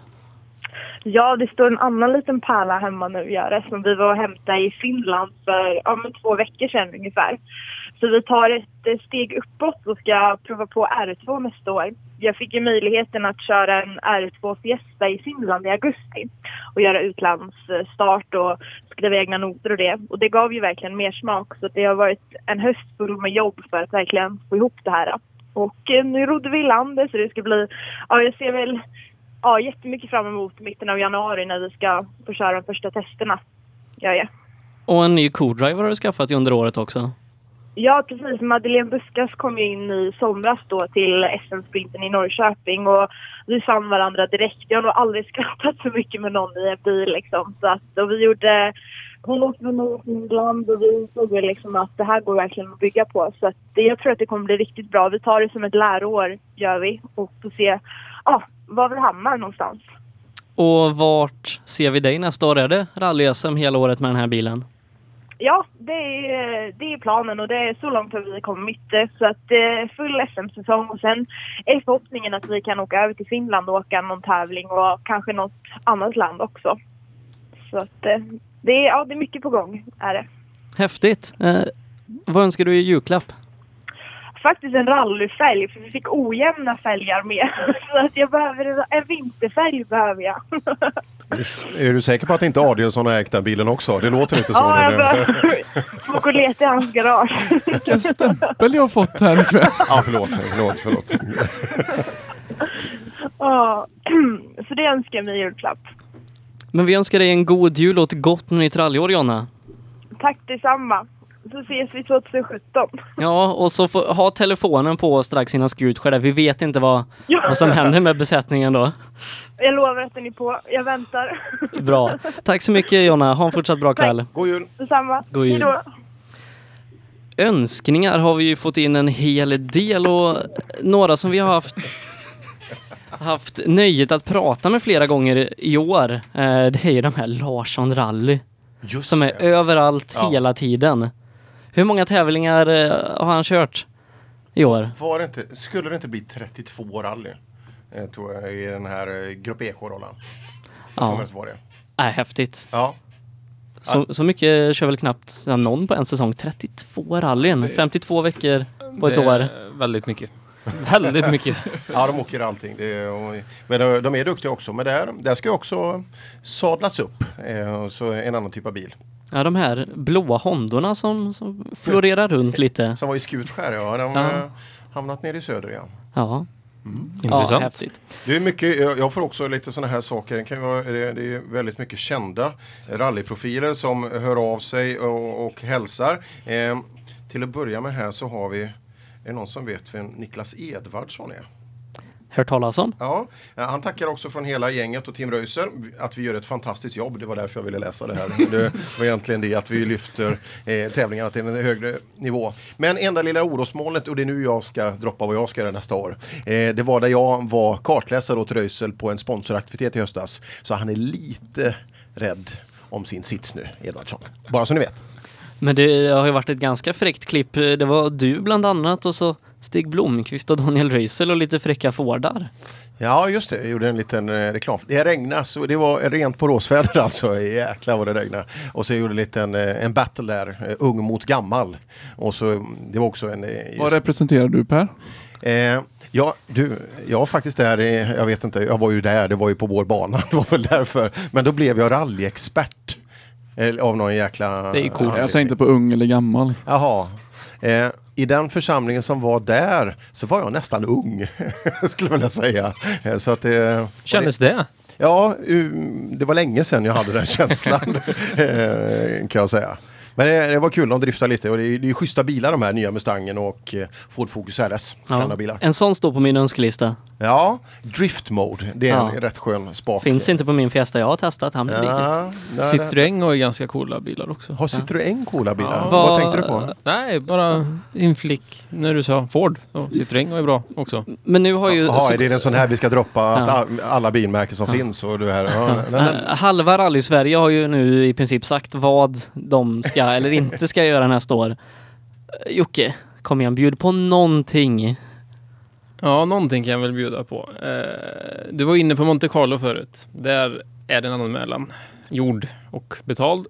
Ja, det står en annan liten pärla hemma nu, gör det, som vi var och hämtade i Finland för 2 veckor sedan ungefär. Så vi tar ett steg uppåt och ska prova på R2 nästa år. Jag fick ju möjligheten att köra en R2 Fiesta i Finland i augusti och göra utlandsstart och skriva egna noter och det. Och det gav ju verkligen mer smak, så det har varit en höst full med jobb för att verkligen få ihop det här. Och nu rodde vi i landet, så det ska bli, jag ser väl jättemycket fram emot mitten av januari när vi ska få köra de första testerna. Ja. Och en ny co-driver har du skaffat under året också. Ja, precis. Madeleine Buskas kom ju in i somras då till SM-sprinten i Norrköping, och vi fann varandra direkt. Jag har nog aldrig skrattat så mycket med någon i en bil liksom. Så att, och vi gjorde, hon åkte med Finland och vi såg väl liksom att det här går verkligen att bygga på. Så att jag tror att det kommer bli riktigt bra. Vi tar det som ett läroår, gör vi, och får se var vi hamnar någonstans. Och vart ser vi dig nästa år? Är det rally-SM hela året med den här bilen? Ja, det är planen, och det är så långt att vi kommit. Så att full SM-säsong, och sen är förhoppningen att vi kan åka över till Finland och åka någon tävling och kanske något annat land också. Så att det är mycket på gång, är det. Häftigt. Vad önskar du i julklapp? Faktiskt en rallyfälg, för vi fick ojämna fälgar med. Så att jag behöver en vinterfälg behöver jag. Är du säker på att inte Adielsson har ägt den bilen också? Det låter inte så. Ja, jag får gå leta i hans garage. Vilken stämpel jag har fått här ikväll. Ja, förlåt. Ja, så det önskar jag mig i julklapp. Men vi önskar dig en god jul och ett gott nytt rallyår, Jonna. Tack detsamma. Så ses vi 2017. Ja, och så ha telefonen på strax innan Skutskär där. Vi vet inte vad som händer med besättningen då. Jag lovar att den är på. Jag väntar. Bra. Tack så mycket Jonna. Ha en fortsatt bra kväll. God jul. Detsamma. God jul. Hejdå. Önskningar har vi ju fått in en hel del och några som vi har haft nöjet att prata med flera gånger i år. Det är ju de här Larsson Rally. Just som är det. överallt hela tiden. Hur många tävlingar har han kört i år? Skulle det inte bli 32 rally? Tror jag i den här Grupp EK-rollen. Ja. Häftigt. Ja. Så mycket kör väl knappt någon på en säsong. 32 rallyn. 52 veckor på ett år. Väldigt mycket. Väldigt mycket. Ja, de åker allting. Men de är duktiga också. Men där ska ju också sadlas upp. Så en annan typ av bil. Ja, de här blåa Hondorna som florerar runt lite. Som var i Skutskär, ja. De har hamnat ner i söder igen. Ja. Intressant. Ja, häftigt. Det är mycket, jag får också lite sådana här saker. Det är väldigt mycket kända rallyprofiler som hör av sig och hälsar. Till att börja med här så har vi, är det någon som vet vem Niklas Edvardsson är? Hört talas om? Ja, han tackar också från hela gänget och Team Röisel att vi gör ett fantastiskt jobb. Det var därför jag ville läsa det här. Det var egentligen det att vi lyfter tävlingarna till en högre nivå. Men enda lilla orosmolnet, och det är nu jag ska droppa vad jag ska göra nästa år. Det var där jag var kartläsare åt Röisel på en sponsoraktivitet i höstas. Så han är lite rädd om sin sits nu, Edvardsson. Bara så ni vet. Men det har ju varit ett ganska fräckt klipp. Det var du bland annat och så Stig Blomqvist och Daniel Röisel och lite fräcka Fordar. Ja, just det. Jag gjorde en liten reklam. Det regnade, så det var rent på råsväder alltså. Jäklar vad det regnade. Och så gjorde jag en battle där. Ung mot gammal. Och så, det var också en... Vad representerar du, Per? Ja, jag var faktiskt där, jag vet inte, jag var ju där, det var ju på vår bana. Det var väl därför. Men då blev jag rallyexpert. Av någon jäkla... Det är coolt. Jag tänkte på ung eller gammal. Jaha. I den församlingen som var där så var jag nästan ung, skulle jag vilja säga. Så att kändes det? Ja, det var länge sedan jag hade den känslan, kan jag säga. Men det var kul, de driftar lite och det är schyssta bilar, de här nya Mustangen och Ford Focus RS. Ja. Bilar. En sån står på min önskelista. Ja, drift mode, det är en rätt skön spak. Finns inte på min Fiesta, jag har testat. Han Citroën har ju ganska coola bilar också. Har Citroën coola bilar? Ja. Vad tänkte du på? Nej, bara inflick när du sa Ford. Citroën var ju bra också. Men nu har ju... Är det en sån här vi ska droppa att alla bilmärken som finns? Och det här, halva Rally Sverige har ju nu i princip sagt vad de ska eller inte ska göra nästa år. Jocke, kom igen, bjud på någonting. Ja, någonting kan jag väl bjuda på. Du var inne på Monte Carlo förut. Där är det en annan mellan gjord och betald.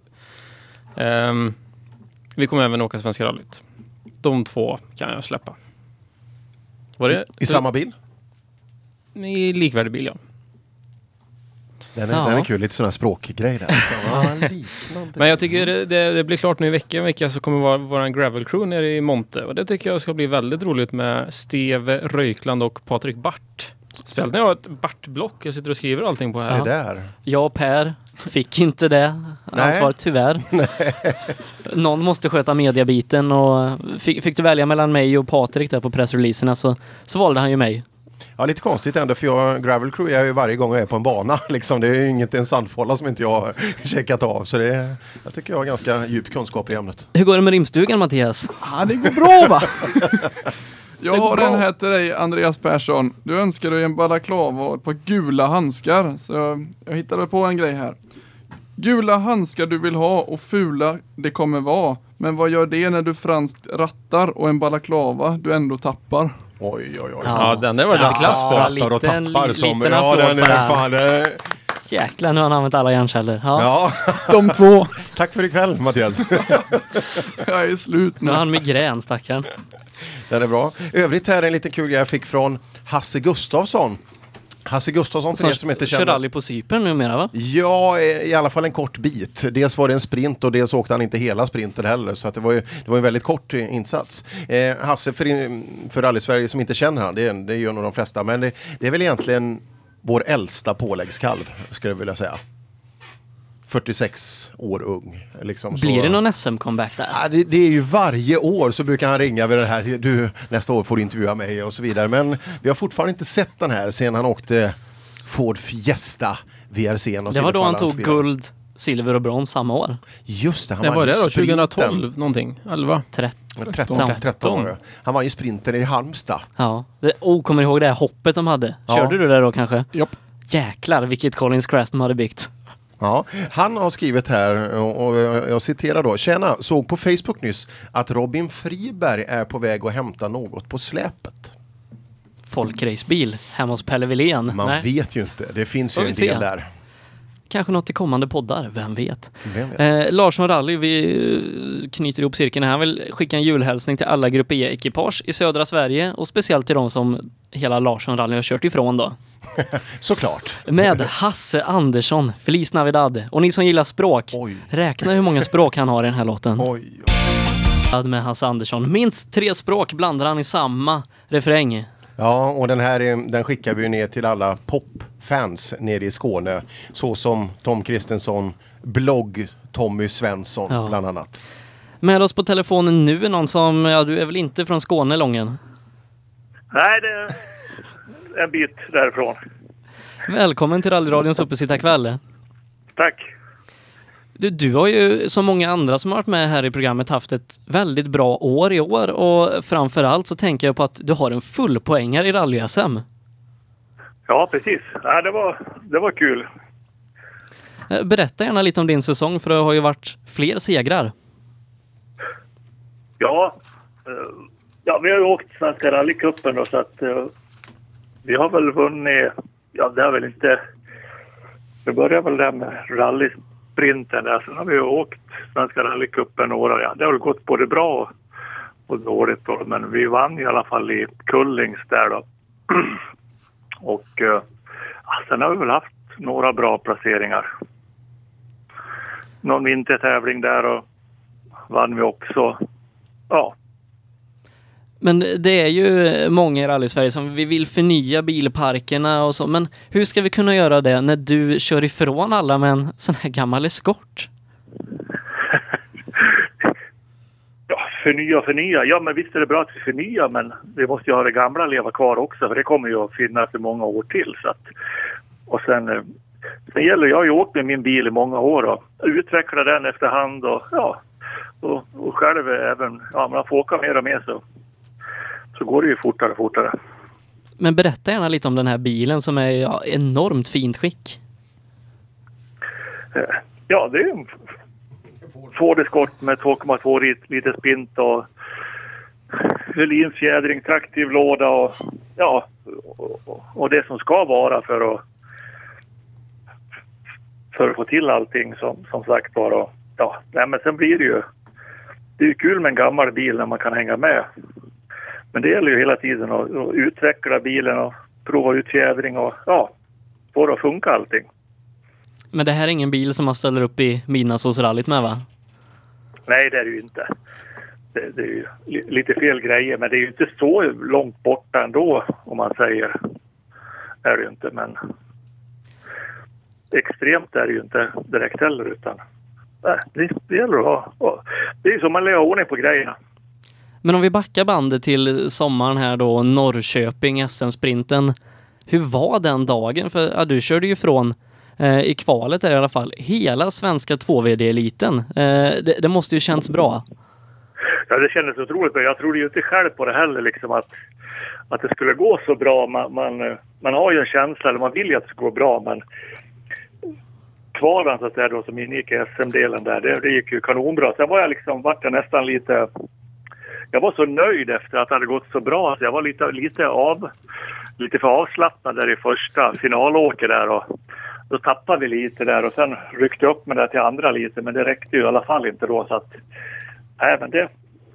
Vi kommer även åka Svenska rallyt. De två kan jag släppa. Var det? I samma bil? I likvärdig bil, ja. Den är kul, lite sån här språkgrej där. Men jag tycker det blir klart nu i vecka så kommer vara en gravel crew nere i Monte. Och det tycker jag ska bli väldigt roligt med Steve Röjkland och Patrik Bart. Speciellt när jag har ett Bart-block. Jag sitter och skriver allting på här. Se där. Jag och Per fick inte det ansvaret tyvärr. Någon måste sköta mediabiten och fick du välja mellan mig och Patrik där på pressreleaserna så valde han ju mig. Ja, lite konstigt ändå för jag gravel crew är ju varje gång jag är på en bana. Liksom, det är ju inget en sandfålla som inte jag har checkat av. Så jag tycker jag har ganska djup kunskap i ämnet. Hur går det med rimstugan, Mattias? Ja, det går bra va? Jag har en här till dig, Andreas Persson. Du önskar dig en balaklava och ett par gula handskar. Så jag hittade på en grej här. Gula handskar du vill ha och fula det kommer vara. Men vad gör det när du franskt rattar och en balaklava du ändå tappar? Oj. Ja, den där var lite klass på. Rattar och tappar som... Liten Ja, den är fan... Jäklar, nu har han använt alla hjärnceller. Ja. De två. Tack för ikväll, Mattias. Jag är slut nu. Nu har han migrän, stackaren. Den är bra. Övrigt här är en liten kul grej jag fick från Hasse Gustafsson. Hasse Gustafsson, för er som inte känner... Kör rally på Cypern numera, va? Ja, i alla fall en kort bit. Dels var det en sprint och dels åkte han inte hela sprinten heller. Så att det var en väldigt kort insats. Hasse, för Rally-Sverige som inte känner han, det gör nog de flesta. Men det är väl egentligen vår äldsta påläggskalv, skulle jag vilja säga. 46 år ung. Liksom, Blir det någon SM-comeback där? Ja, det är ju varje år så brukar han ringa vid det här. Du, nästa år får du intervjua mig och så vidare. Men vi har fortfarande inte sett den här sen han åkte Ford Fiesta VRC. Det var då han tog guld, silver och brons samma år. Just det, han Det var det då, sprinten. 2012 någonting, 11? 13 år. Han var ju sprinten i Halmstad. Ja, kommer ihåg det här hoppet de hade? Körde du det då kanske? Japp. Jäklar, vilket Collins Crest de hade byggt. Ja, han har skrivit här och jag citerar då. Tjena, såg på Facebook nyss att Robin Friberg är på väg att hämta något på släpet. Folkracebil hemma hos Pelle Wilén. Man vet ju inte, det finns ju en del där. Kanske något i kommande poddar, vem vet. Larsson Rally, vi knyter ihop cirkeln här. Han vill skicka en julhälsning till alla Grupp E-ekipage i södra Sverige och speciellt till de som hela Larsson Rally har kört ifrån då. Såklart. Med Hasse Andersson, Feliz Navidad. Och ni som gillar språk, räkna hur många språk han har i den här låten. Med Hasse Andersson. Minst 3 språk blandar han i samma refräng. Ja, och den skickar vi ner till alla popfans nere i Skåne. Så som Tom Kristensson, blogg Tommy Svensson bland annat. Med oss på telefonen nu är någon som, du är väl inte från Skåne, Lången? Nej, det är en bit därifrån. Välkommen till Rallyradions uppesittarkväll. Tack. Du har ju som många andra som har varit med här i programmet haft ett väldigt bra år i år och framförallt så tänker jag på att du har en fullpoängare i rally-SM. Ja, precis. Ja, det var kul. Berätta gärna lite om din säsong för det har ju varit fler segrar. Ja, vi har ju åkt Svenska rallycupen då, så att vi har väl vunnit, det har väl inte, det börjar väl där med rallysprinten där, sen har vi ju åkt Svenska rallycupen några, det har väl gått både bra och dåligt då, men vi vann i alla fall i Kullings där då. Och sen har vi väl haft några bra placeringar. Någon vintertävling där och vann vi också. Ja. Men det är ju många i Rally-Sverige som vi vill förnya bilparkerna och så. Men hur ska vi kunna göra det när du kör ifrån alla med en sån här gammal eskort? Förnya. Ja, men visst är det bra att vi förnyar, men vi måste ju ha det gamla leva kvar också, för det kommer ju att finnas i många år till. Så att, och sen gäller jag har ju åkt med min bil i många år och utveckla den efterhand och själv även, man får åka mer och mer så går det ju fortare och fortare. Men berätta gärna lite om den här bilen som är enormt fint skick. Ja, det är en Ford Escort med 2,2 liter spint och Öhlins-fjädring, traktiv låda och det som ska vara för att få till allting som sagt var. Men sen blir det är ju kul med en gammal bil när man kan hänga med. Men det gäller ju hela tiden att utveckla bilen och prova ut fjädring och få det att funka allting. Men det här är ingen bil som man ställer upp i midnattssolsrallyt med, va? Nej, det är det ju inte. Det är ju lite fel grejer, men det är ju inte så långt borta ändå, om man säger. Är det ju inte, men extremt är det ju inte direkt heller, utan det gäller att ha. Det är ju som man lägger ordning på grejerna. Men om vi backar bandet till sommaren här då, Norrköping, SM-sprinten. Hur var den dagen? För du körde ju från i kvalet där i alla fall hela svenska 2VD-eliten. Det måste ju känns bra. Ja, det kändes otroligt bra. Jag trodde ju inte själv på det heller liksom att det skulle gå så bra. Man har ju en känsla, eller man vill ju att det ska gå bra, men kvalen så att säga då som ingick i SM-delen där, det gick ju kanonbra. Sen var jag vart jag nästan lite, jag var så nöjd efter att det hade gått så bra, så jag var lite för avslappnad där i första finalåket där, och då tappade vi lite där och sen ryckte upp med det till andra lite, men det räckte ju i alla fall inte då, så att men det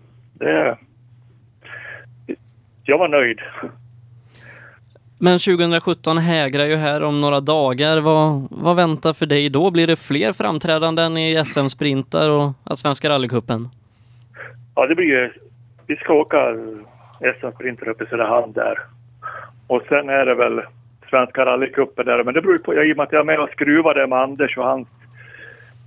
jag var nöjd. Men 2017 hägrar ju här om några dagar. Vad väntar för dig då? Blir det fler framträdanden i SM-sprintar och Svenska rallycupen? Ja, det blir, vi ska åka SM-sprinter uppe i Söderhamn där. Och sen är det väl Svenska rallycupen där. Men det beror på, i och med att jag är med och skruvar där med Anders och hans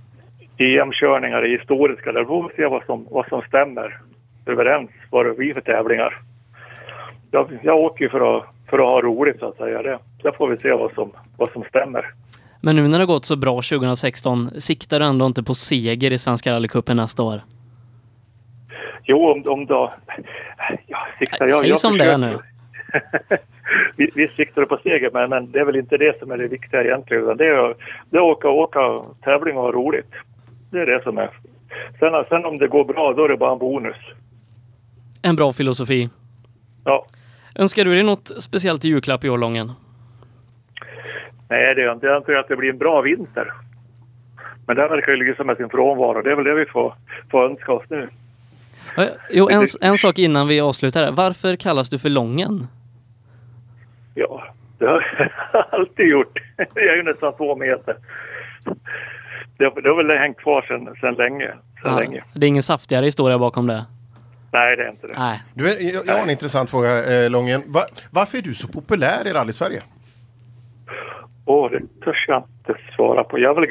EM-körningar i historiska. Där får vi se vad som stämmer överens. Vad det blir för tävlingar. Jag åker ju för att ha roligt så att säga. Där får vi se vad som stämmer. Men nu när det har gått så bra 2016, siktar du ändå inte på seger i Svenska rallycupen nästa år? Jo, om då... Ja, siktar jag... Säg som det är nu. vi siktar på seger, men det är väl inte det som är det viktiga egentligen. Utan det är att åka tävling och ha roligt. Det är det som är. Sen om det går bra, då är det bara en bonus. En bra filosofi. Ja. Önskar du dig något speciellt i julklapp i år, Lången? Nej, det är inte. Jag antar att det blir en bra vinter. Men det verkar ju liksom med sin frånvaro. Det är väl det vi får önska oss nu. Jo, en sak innan vi avslutar. Varför kallas du för Lången? Ja, det har jag alltid gjort. Jag är ju nästan 2 meter. Det har väl hängt kvar sedan länge. Länge. Det är ingen saftigare historia bakom det? Nej, det är inte det. Nej. Jag har en intressant fråga, Lången. Varför är du så populär i Rally-Sverige? Det törs jag inte svara på. Jag är väl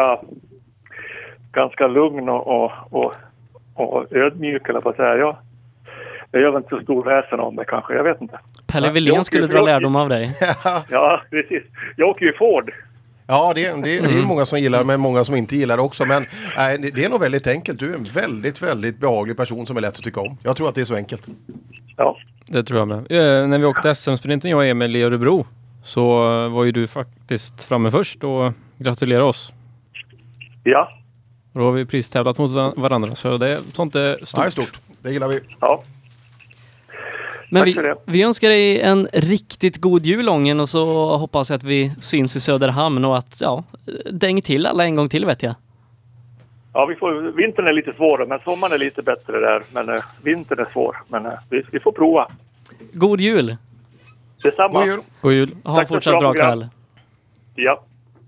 ganska lugn och ödmjuk, eller vad säger jag. Jag gör väl inte så stor väsen om det kanske, jag vet inte. Pelle Wilén skulle dra lärdom av dig. Ja, precis. Jag åker ju Ford. Ja, det är många som gillar, men många som inte gillar också. Men det är nog väldigt enkelt. Du är en väldigt, väldigt behaglig person som är lätt att tycka om. Jag tror att det är så enkelt. Ja. Det tror jag med. När vi åkte SM-sprinten, jag och Emil i Örebro, så var ju du faktiskt framme först och gratulerar oss. Ja. Då har vi pristävlat mot varandra, så sånt är stort. Ja, det är stort. Det gillar vi. Ja. Men vi önskar dig en riktigt god jul, Lången, och så hoppas jag att vi syns i Söderhamn och att, däng till alla en gång till, vet jag. Ja, vintern är lite svårare, men sommaren är lite bättre där. Men vintern är svår, men vi får prova. God jul! Detsamma. God jul! God jul! Ha en fortsatt bra kväll. Ja.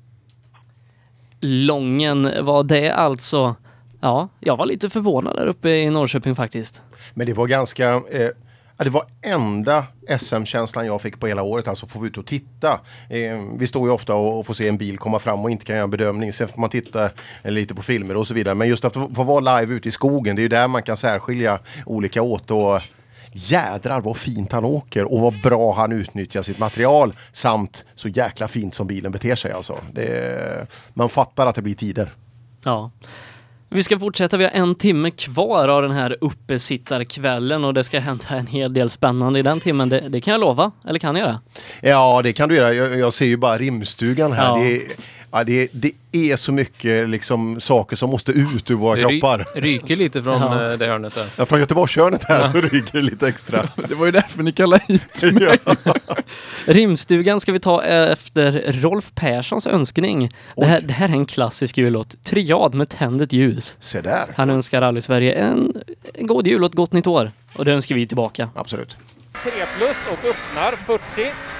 Lången var det alltså. Ja, jag var lite förvånad där uppe i Norrköping faktiskt. Men det var ganska... det var enda SM-känslan jag fick på hela året. Alltså få ut och titta. Vi står ju ofta och får se en bil komma fram och inte kan göra en bedömning. Sen får man titta lite på filmer och så vidare. Men just att få vara live ute i skogen, det är ju där man kan särskilja olika åt. Och jädrar vad fint han åker och vad bra han utnyttjar sitt material. Samt så jäkla fint som bilen beter sig alltså. Man fattar att det blir tider. Ja. Vi ska fortsätta, vi har 1 timme kvar av den här uppesittarkvällen och det ska hända en hel del spännande i den timmen. Det kan jag lova, eller kan jag det? Ja, det kan du göra. Jag ser ju bara rimstugan här. Ja. Det är så mycket liksom saker som måste ut ur våra kroppar. Ryker lite från det hörnet där. Ja, från Göteborgshörnet här så ryker det lite extra. Det var ju därför ni kallade hit mig. Rimstugan ska vi ta efter Rolf Perssons önskning. Det här är en klassisk jullåt. Triad med tändet ljus. Se där. Han önskar Rally-Sverige en god jul och ett gott nytt år. Och det önskar vi tillbaka. Absolut. 3+ och öppnar 40.